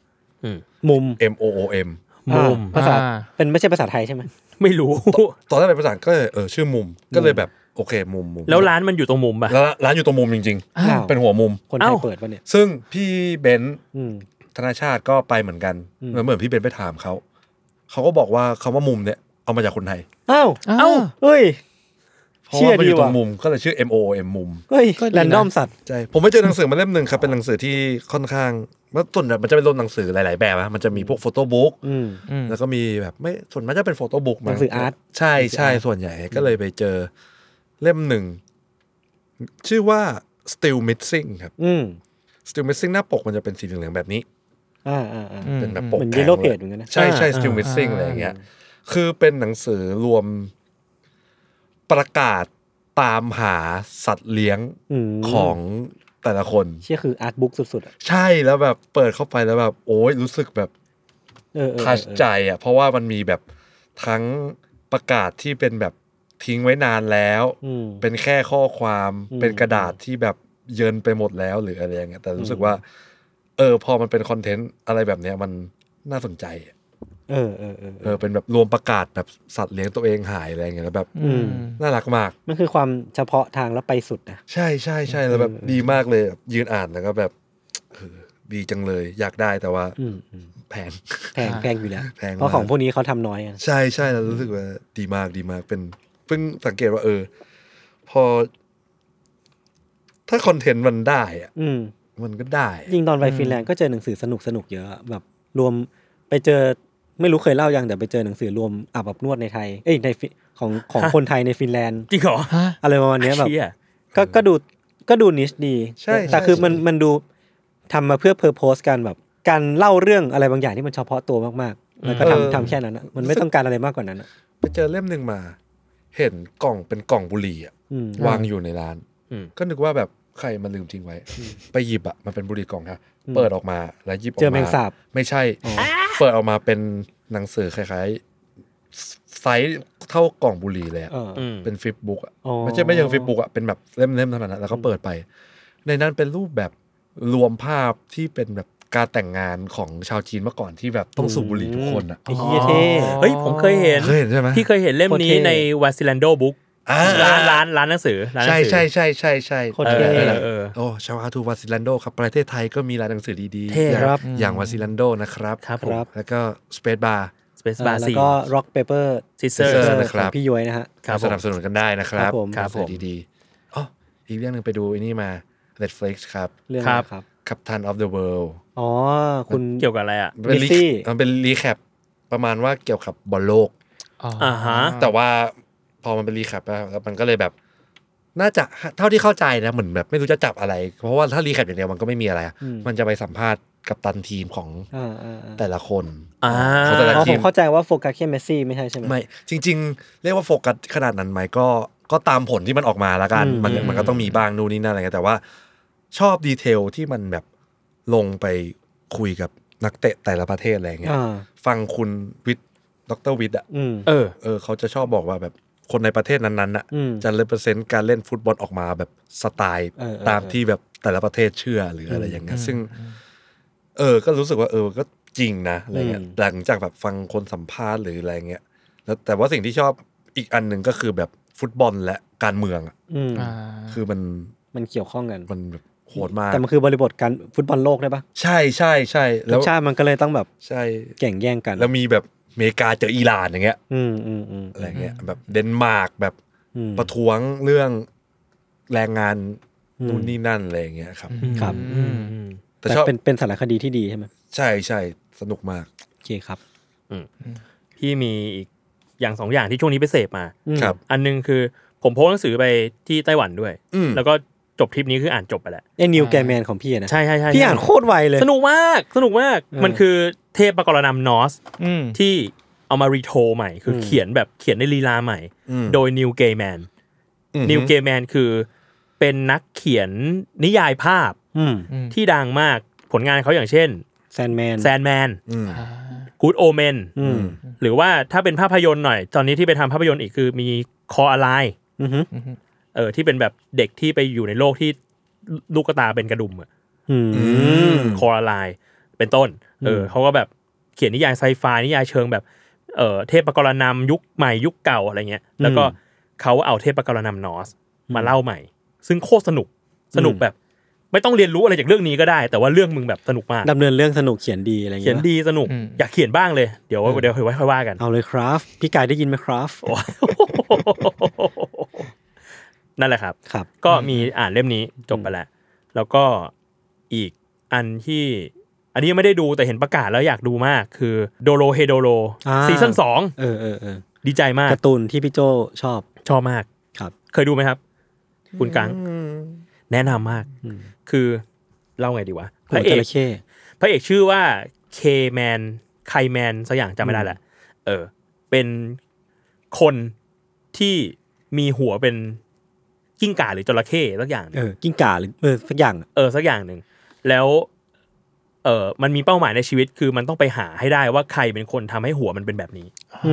MOOM ภาษาเป็นไม่ใช่ภาษาไทยใช่ไหมไม่รู้ตอนแรกเป็นภาษาก็ชื่อมุมก็เลยแบบโอเคมุมแล้วร้านมันอยู่ตรงมุมป่ะแล้วร้านอยู่ตรงมุมจริงๆเป็นหัวมุมคนไทยเปิดป่ะเนี่ยซึ่งพี่เบนซ์ธนชาติก็ไปเหมือนกันเหมือนพี่เบนซ์ไปถามเขาก็บอกว่าคำว่ามุมเนี่ยเอามาจากคนไทยอ้าวเฮ้ยเพราะว่ามันอยู่ตรงมุมก็เลยชื่อ MOM มุมเฮ้ยแรนดอมสัตว์ใช่ผมไปเจอหนังสือมาเล่มนึงครับเป็นหนังสือที่ค่อนข้างเมื่อต้นมันจะเป็นรวมหนังสือหลายๆแบบมันจะมีพวกโฟโต้บุ๊กแล้วก็มีแบบไม่ส่วนมากจะเป็นโฟโต้บุ๊กหนังสืออาร์ตใช่ส่วนใหญ่ก็เลยไปเจอเล่มหนึ่งชื่อว่า Still Missing ครับ Still Missing หน้าปกมันจะเป็นสีเหลืองๆแบบนี้เป็นแบบปกเหมือน Yellow Page เหมือนกันนะใช่ Still Missing อะไรอย่างเงี้ยคือเป็นหนังสือรวมประกาศตามหาสัตว์เลี้ยงของแต่ละคนเชี่ยคืออาร์ตบุ๊กสุดๆใช่แล้วแบบเปิดเข้าไปแล้วแบบโอ้ยรู้สึกแบบทัชใจอ่ะเพราะว่ามันมีแบบทั้งประกาศที่เป็นแบบทิ้งไว้นานแล้วเป็นแค่ข้อความเป็นกระดาษที่แบบเยินไปหมดแล้วหรืออะไรอย่างเงี้ยแต่รู้สึกว่าพอมันเป็นคอนเทนต์อะไรแบบเนี้ยมันน่าสนใจเป็นแบบรวมประกาศแบบสัตว์เลี้ยงตัวเองหายอะไรอย่างเงี้ยแล้วแบบน่ารักมากมันคือความเฉพาะทางแล้วไปสุดนะใช่แล้วแบบดีมากเลยยืนอ่านแล้วก็แบบดีจังเลยอยากได้แต่ว่าแพงอยู่แล้วเพราะของพวกนี้เขาทำน้อยใช่แล้วรู้สึกว่าดีมากเป็นเพิ่งสังเกตว่าพอถ้าคอนเทนต์มันได้อ่ะมันก็ได้ยิ่งตอนไปฟินแลนด์ก็เจอหนังสือสนุกเยอะแบบรวมไปเจอไม่รู้เคยเล่ายังแต่ไปเจอหนังสือรวมอาบอบนวดในไทยในของคนไทยในฟินแลนด์จริงเหรออะไรประมาณนี้แบบก็ดูนิชดีแต่คือมันดูทำมาเพื่อเพอร์โพสกันแบบการเล่าเรื่องอะไรบางอย่างที่มันเฉพาะตัวมากๆแล้วก็ทำแค่นั้นนะมันไม่ต้องการอะไรมากกว่านั้นไปเจอเล่มนึงมาเห็นกล่องเป็นกล่องบุหรี่วางอยู่ในร้านก็นึกว่าแบบใครมันลืมทิ้งไว้ไปหยิบมันเป็นบุหรี่กล่องครับเปิดออกมาแล้วหยิบออกมาเจอแมงสาบไม่ใช่เปิดออกมาเป็นหนังสือคล้ายๆไซส์เท่ากล่องบุหรี่เลยเป็นฟลิปบุ๊กไม่ใช่ฟลิปบุ๊กเป็นแบบเล่มๆธรรมดาแล้วก็เปิดไปในนั้นเป็นรูปแบบรวมภาพที่เป็นแบบการแต่งงานของชาวจีนเมื่อก่อนที่แบบต้องสูบบุหรี่ทุกคนอ่ะเฮ้ยผมเคยเห็นใช่ไหมที่เคยเห็นเล่มนี้ในวาซิลันโดบุ๊กร้านหนังสือใช่โอ้ชาวอาทูวาซิลันโดครับประเทศไทยก็มีร้านหนังสือดีๆอย่างวาซิลันโดนะครับแล้วก็สเปซบาร์แล้วก็ Rock Paper Scissors นะครับพี่ย้อยนะฮะสนับสนุนกันได้นะครับหนังสือดีๆอีกเรื่องนึงไปดูไอ้นี่มา Netflix ครับเรื่องอะไรครับ Captain of the World คุณเกี่ยวกับอะไรอ่ะมันเป็นรีแคปประมาณว่าเกี่ยวกับบอลโลกแต่ว่าพอมันเป็นรีแคปแล้วมันก็เลยแบบน่าจะเท่าที่เข้าใจนะเหมือนแบบไม่รู้จะจับอะไรเพราะว่าถ้ารีแคปอย่างเดียวมันก็ไม่มีอะไรมันจะไปสัมภาษณ์กัปตันทีมของแต่ละคนของแต่ละทีมเข้าใจว่าโฟกัสแค่เมสซี่ไม่ใช่ใช่ไหมไม่จริงๆเรียกว่าโฟกัสขนาดนั้นไหมก็ตามผลที่มันออกมาละกันมันก็ต้องมีบ้างนู่นนี่นั่นอะไรแต่ว่าชอบดีเทลที่มันแบบลงไปคุยกับนักเตะแต่ละประเทศอะไรเงี้ยฟังคุณวิทย์ดร.วิทย์อ่ะเขาจะชอบบอกว่าแบบคนในประเทศนั้นๆน่ะจะเลเปอร์เซนต์การเล่นฟุตบอลออกมาแบบสไตล์ตามที่แบบแต่ละประเทศเชื่อหรืออะไรอย่างเงี้ยซึ่งก็รู้สึกว่าก็จริงนะอะไรเงี้ยหลังจากแบบฟังคนสัมภาษณ์หรืออะไรเงี้ยแล้วแต่ว่าสิ่งที่ชอบอีกอันนึงก็คือแบบฟุตบอลและการเมืองอ่ะคือมันเกี่ยวข้องกันมันแบบโหดมากแต่มันคือบริบทการฟุตบอลโลกได้ปะใช่ๆๆแล้วชาติมันก็เลยต้องแบบใช่แข่งแย่งกันแล้วมีแบบอเมริกาเจออิหร่านอย่างเงี้ยอะไรเงี้ยแบบเดนมาร์กแบบประท้วงเรื่องแรงงานนู่นนี่นั่นอะไรอย่างเงี้ยครับแต่ชอบเป็นสารคดีที่ดีใช่ไหมใช่สนุกมากโอเคครับพี่มีอีกอย่าง2อย่างที่ช่วงนี้ไปเสพมาครับอันนึงคือผมโพสหนังสือไปที่ไต้หวันด้วยแล้วก็จบทริปนี้คืออ่านจบไปแล้วไอ้นิวแกแมนของพี่นะใช่ๆๆพี่อ่านโคตรไวเลยสนุกมากมันคือเทพปกรณำนอสที่เอามารีโทใหม่คือเขียนในลีลาใหม่โดยนิวเกย์แมนคือเป็นนักเขียนนิยายภาพที่ดังมากผลงานเขาอย่างเช่นแซนแมน Good Omen หรือว่าถ้าเป็นภาพยนตร์หน่อยตอนนี้ที่ไปทำภาพยนตร์อีกคือมี Coraline ที่เป็นแบบเด็กที่ไปอยู่ในโลกที่ลูกตาเป็นกระดุมอ่ะCoraline เป็นต้นเขาก็แบบเขียนนิยายไซไฟนิยายเชิงแบบเทพกรณำยุคใหม่ยุคเก่าอะไรเงี้ยแล้วก็เขาเอาเทพกรณำนอสมาเล่าใหม่ซึ่งโคตรสนุกแบบไม่ต้องเรียนรู้อะไรจากเรื่องนี้ก็ได้แต่ว่าเรื่องมึงแบบสนุกมากดำเนินเรื่องสนุกเขียนดีอะไรเงี้ยเขียนดีสนุกอยากเขียนบ้างเลยเดี๋ยวค่อยว่ากันเอาเลยครับพี่กายได้ยินไหมครับนั่นแหละครับก็มีอ่านเล่มนี้จบไปแล้วก็อีกอันที่อันนี้ยังไม่ได้ดูแต่เห็นประกาศแล้วอยากดูมากคือโดโรเฮโดโรซีซั่น2ดีใจมากการ์ตูนที่พี่โจชอบมากครับเคยดูไหมครับคุณกังแนะนำมากคือเล่าไงดีวะพระเอกชื่อว่าเคแมนไคแมนสักอย่างจำไม่ได้แหละเป็นคนที่มีหัวเป็นกิ้งก่าหรือจระเข้สักอย่างกิ้งก่าหรือสักอย่างสักอย่างนึงแล้วมันมีเป้าหมายในชีวิตคือมันต้องไปหาให้ได้ว่าใครเป็นคนทำให้หัวมันเป็นแบบนี้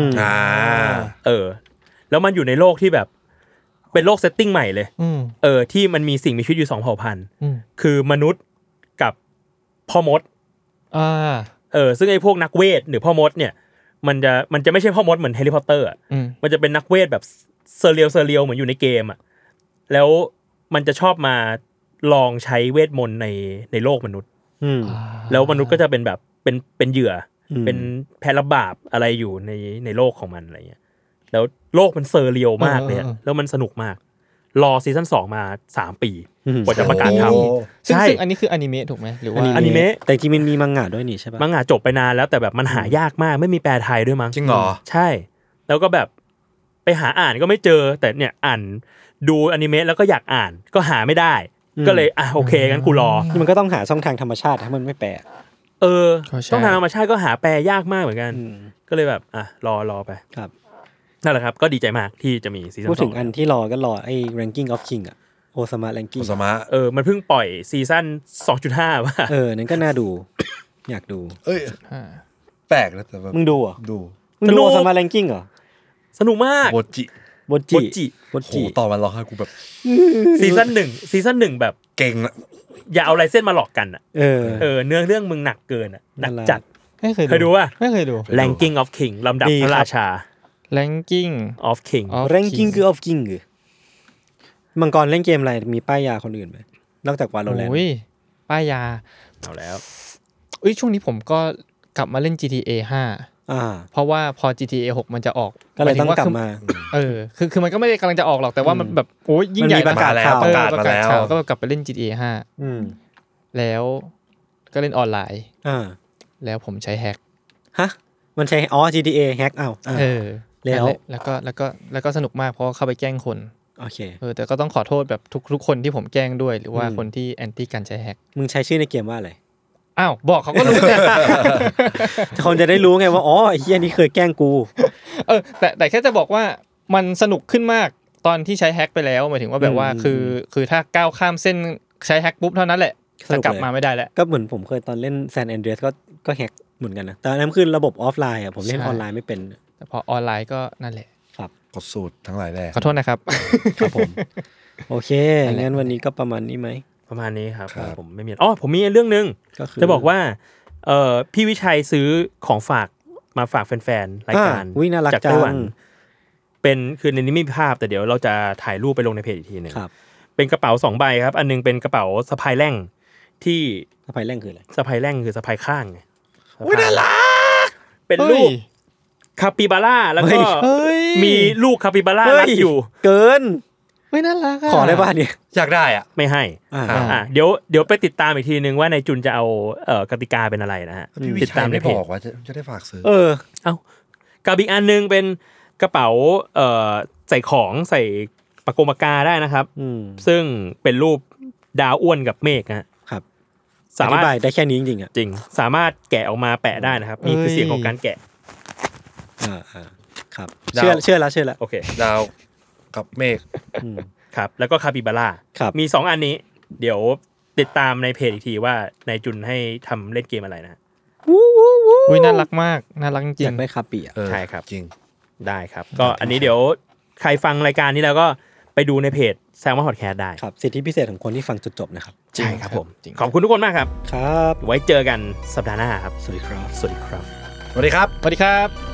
แล้วมันอยู่ในโลกที่แบบเป็นโลกเซตติ้งใหม่เลยที่มันมีสิ่งมีชีวิตอยู่2เผ่าพันธุ์คือมนุษย์กับพ่อมดซึ่งไอ้พวกนักเวทหรือพ่อมดเนี่ยมันจะไม่ใช่พ่อมดเหมือนแฮร์รี่พอตเตอร์มันจะเป็นนักเวทแบบเซเรียลเหมือนอยู่ในเกมอ่ะแล้วมันจะชอบมาลองใช้เวทมนต์ในโลกมนุษย์แล้วมนุษย์ก็จะเป็นแบบเป็นเหยื่อเป็นแพะรับบาปอะไรอยู่ในโลกของมันอะไรเงี้ยแล้วโลกมันเซอร์เรียลมากเลยแล้วมันสนุกมากรอซีซั่น2มา3ปีกว่าจะประกาศทำซึ่งอันนี้คืออนิเมะถูกไหมหรือว่าอนิเมะแต่จริงมันมีมังงะด้วยนี่ใช่ป่ะมังงะจบไปนานแล้วแต่แบบมันหายากมากไม่มีแปลไทยด้วยมั้งจริงเหรอใช่แล้วก็แบบไปหาอ่านก็ไม่เจอแต่เนี่ยอ่านดูอนิเมะแล้วก็อยากอ่านก็หาไม่ได้ก็เลยโอเคงั้นกูรอมันก็ต้องหาช่องทางธรรมชาติถ้ามันไม่แปลช่องทางธรรมชาติก็หาแปลยากมากเหมือนกันก็เลยแบบรอไปครับนั่นแหละครับก็ดีใจมากที่จะมีซีซั่น2 พูดถึงอันที่รอก็รอไอ้ Ranking of King อ่ะโอซามะ Ranking โอซามะมันเพิ่งปล่อยซีซั่น 2.5 ว่ะนั่นก็น่าดูอยากดูแปลกนะแต่ว่ามึงดูอ่ะดูมึงดูโอซามะ Ranking เหรอสนุกมากโบจิต่อมันรอให้กูแบบซีซั่น1แบบเก่งละอย่าเอาลายเส้นมาหลอกกันอ่ะเนื้อเรื่องมึงหนักเกินอ่ะหนักจัดเคยดูป่ะไม่เคยดู Ranking of King ลำดับพระราชา Ranking of King Ranking of King มังกรเล่นเกมอะไรมีป้ายยาคนอื่นไหมนอกจาก Valorant โอ้ยป้ายยาเอาแล้วช่วงนี้ผมก็กลับมาเล่น GTA 5เพราะว่าพอ GTA 6มันจะออกก็เลยต้องกลับมาคือมันก็ไม่ได้กำลังจะออกหรอกแต่ว่ามันแบบโอ้ยยิ่งใหญ่ประกาศแล้วก็กลับไปเล่น GTA 5แล้วก็เล่นออนไลน์แล้วผมใช้แฮกฮะมันใช้GTA แฮกแล้วก็สนุกมากเพราะเข้าไปแกล้งคนโอเคแต่ก็ต้องขอโทษแบบทุกคนที่ผมแกล้งด้วยหรือว่าคนที่แอนตี้การใช้แฮกมึงใช้ชื่อในเกมว่าอะไรบอกเขาก็รู้ไงคนจะได้รู้ไงว่าไอ้เหี้ยนี่เคยแกล้งกูแต่แค่จะบอกว่ามันสนุกขึ้นมากตอนที่ใช้แฮกไปแล้วหมายถึงว่าแบบว่าคือถ้าก้าวข้ามเส้นใช้แฮกปุ๊บเท่านั้นแหละจะกลับมาไม่ได้แล้วก็เหมือนผมเคยตอนเล่นแซนแอนเดรียสก็แฮกเหมือนกันนะแต่อันนั้นคือระบบออฟไลน์อ่ะผมเล่นออนไลน์ไม่เป็นแต่พอออนไลน์ก็นั่นแหละครับกดสูตรทั้งหลายแหละขอโทษนะครับครับผมโอเคงั้นวันนี้ก็ประมาณนี้ไหมประมาณนี้ครับผมไม่มีผมมีเรื่องนึงจะบอกว่าพี่วิชัยซื้อของฝากมาฝากแฟนๆรายการจากไต้หวันเป็นคือในนี้ไม่มีภาพแต่เดี๋ยวเราจะถ่ายรูปไปลงในเพจอีกทีนึงเป็นกระเป๋า2ใบครับอันนึงเป็นกระเป๋าสะพายแร่งที่สะพายแร่งคืออะไรสะพายแร่งคือสะพายข้างไงอุ๊ยน่ารักเป็นรูปคาปิบาร่าแล้วก็มีลูกคาปิบาร่ารัดอยู่เกินไม่น่ารักขอได้ป่ะเนี่ยอยากได้อ่ะไม่ให้เดี๋ยวไปติดตามอีกทีนึงว่านายจุนจะเอากติกาเป็นอะไรนะฮะติดตามในเพจบอกว่าจะได้ฝากซื้อกับอีกอันนึงเป็นกระเป๋าใส่ของใส่ปากกาได้นะครับซึ่งเป็นรูปดาวอ้วนกับเมฆนะครับสามารถได้แค่นี้จริงๆอ่ะจริงสามารถแกะออกมาแปะได้นะครับนี่คือเสียงของการแกะครับเชื่อแล้วโอเคดาวกับเมฆครับแล้วก็คาปิบาร่ามี2อันนี้เดี๋ยวติดตามในเพจอีกทีว่านายจุนให้ทำเล่นเกมอะไรนะอุ้ยน่ารักมากน่ารักจริงอยากได้คาปิใช่ครับจริงได้ครับก็อันนี้เดี๋ยวใครฟังรายการนี้แล้วก็ไปดูในเพจ Salmon Podcast ได้ครับสิทธิพิเศษของคนที่ฟังจนจบนะครับใช่ครับผมขอบคุณทุกคนมากครับครับไว้เจอกันสัปดาห์หน้าครับสวัสดีครับสวัสดีครับสวัสดีครับ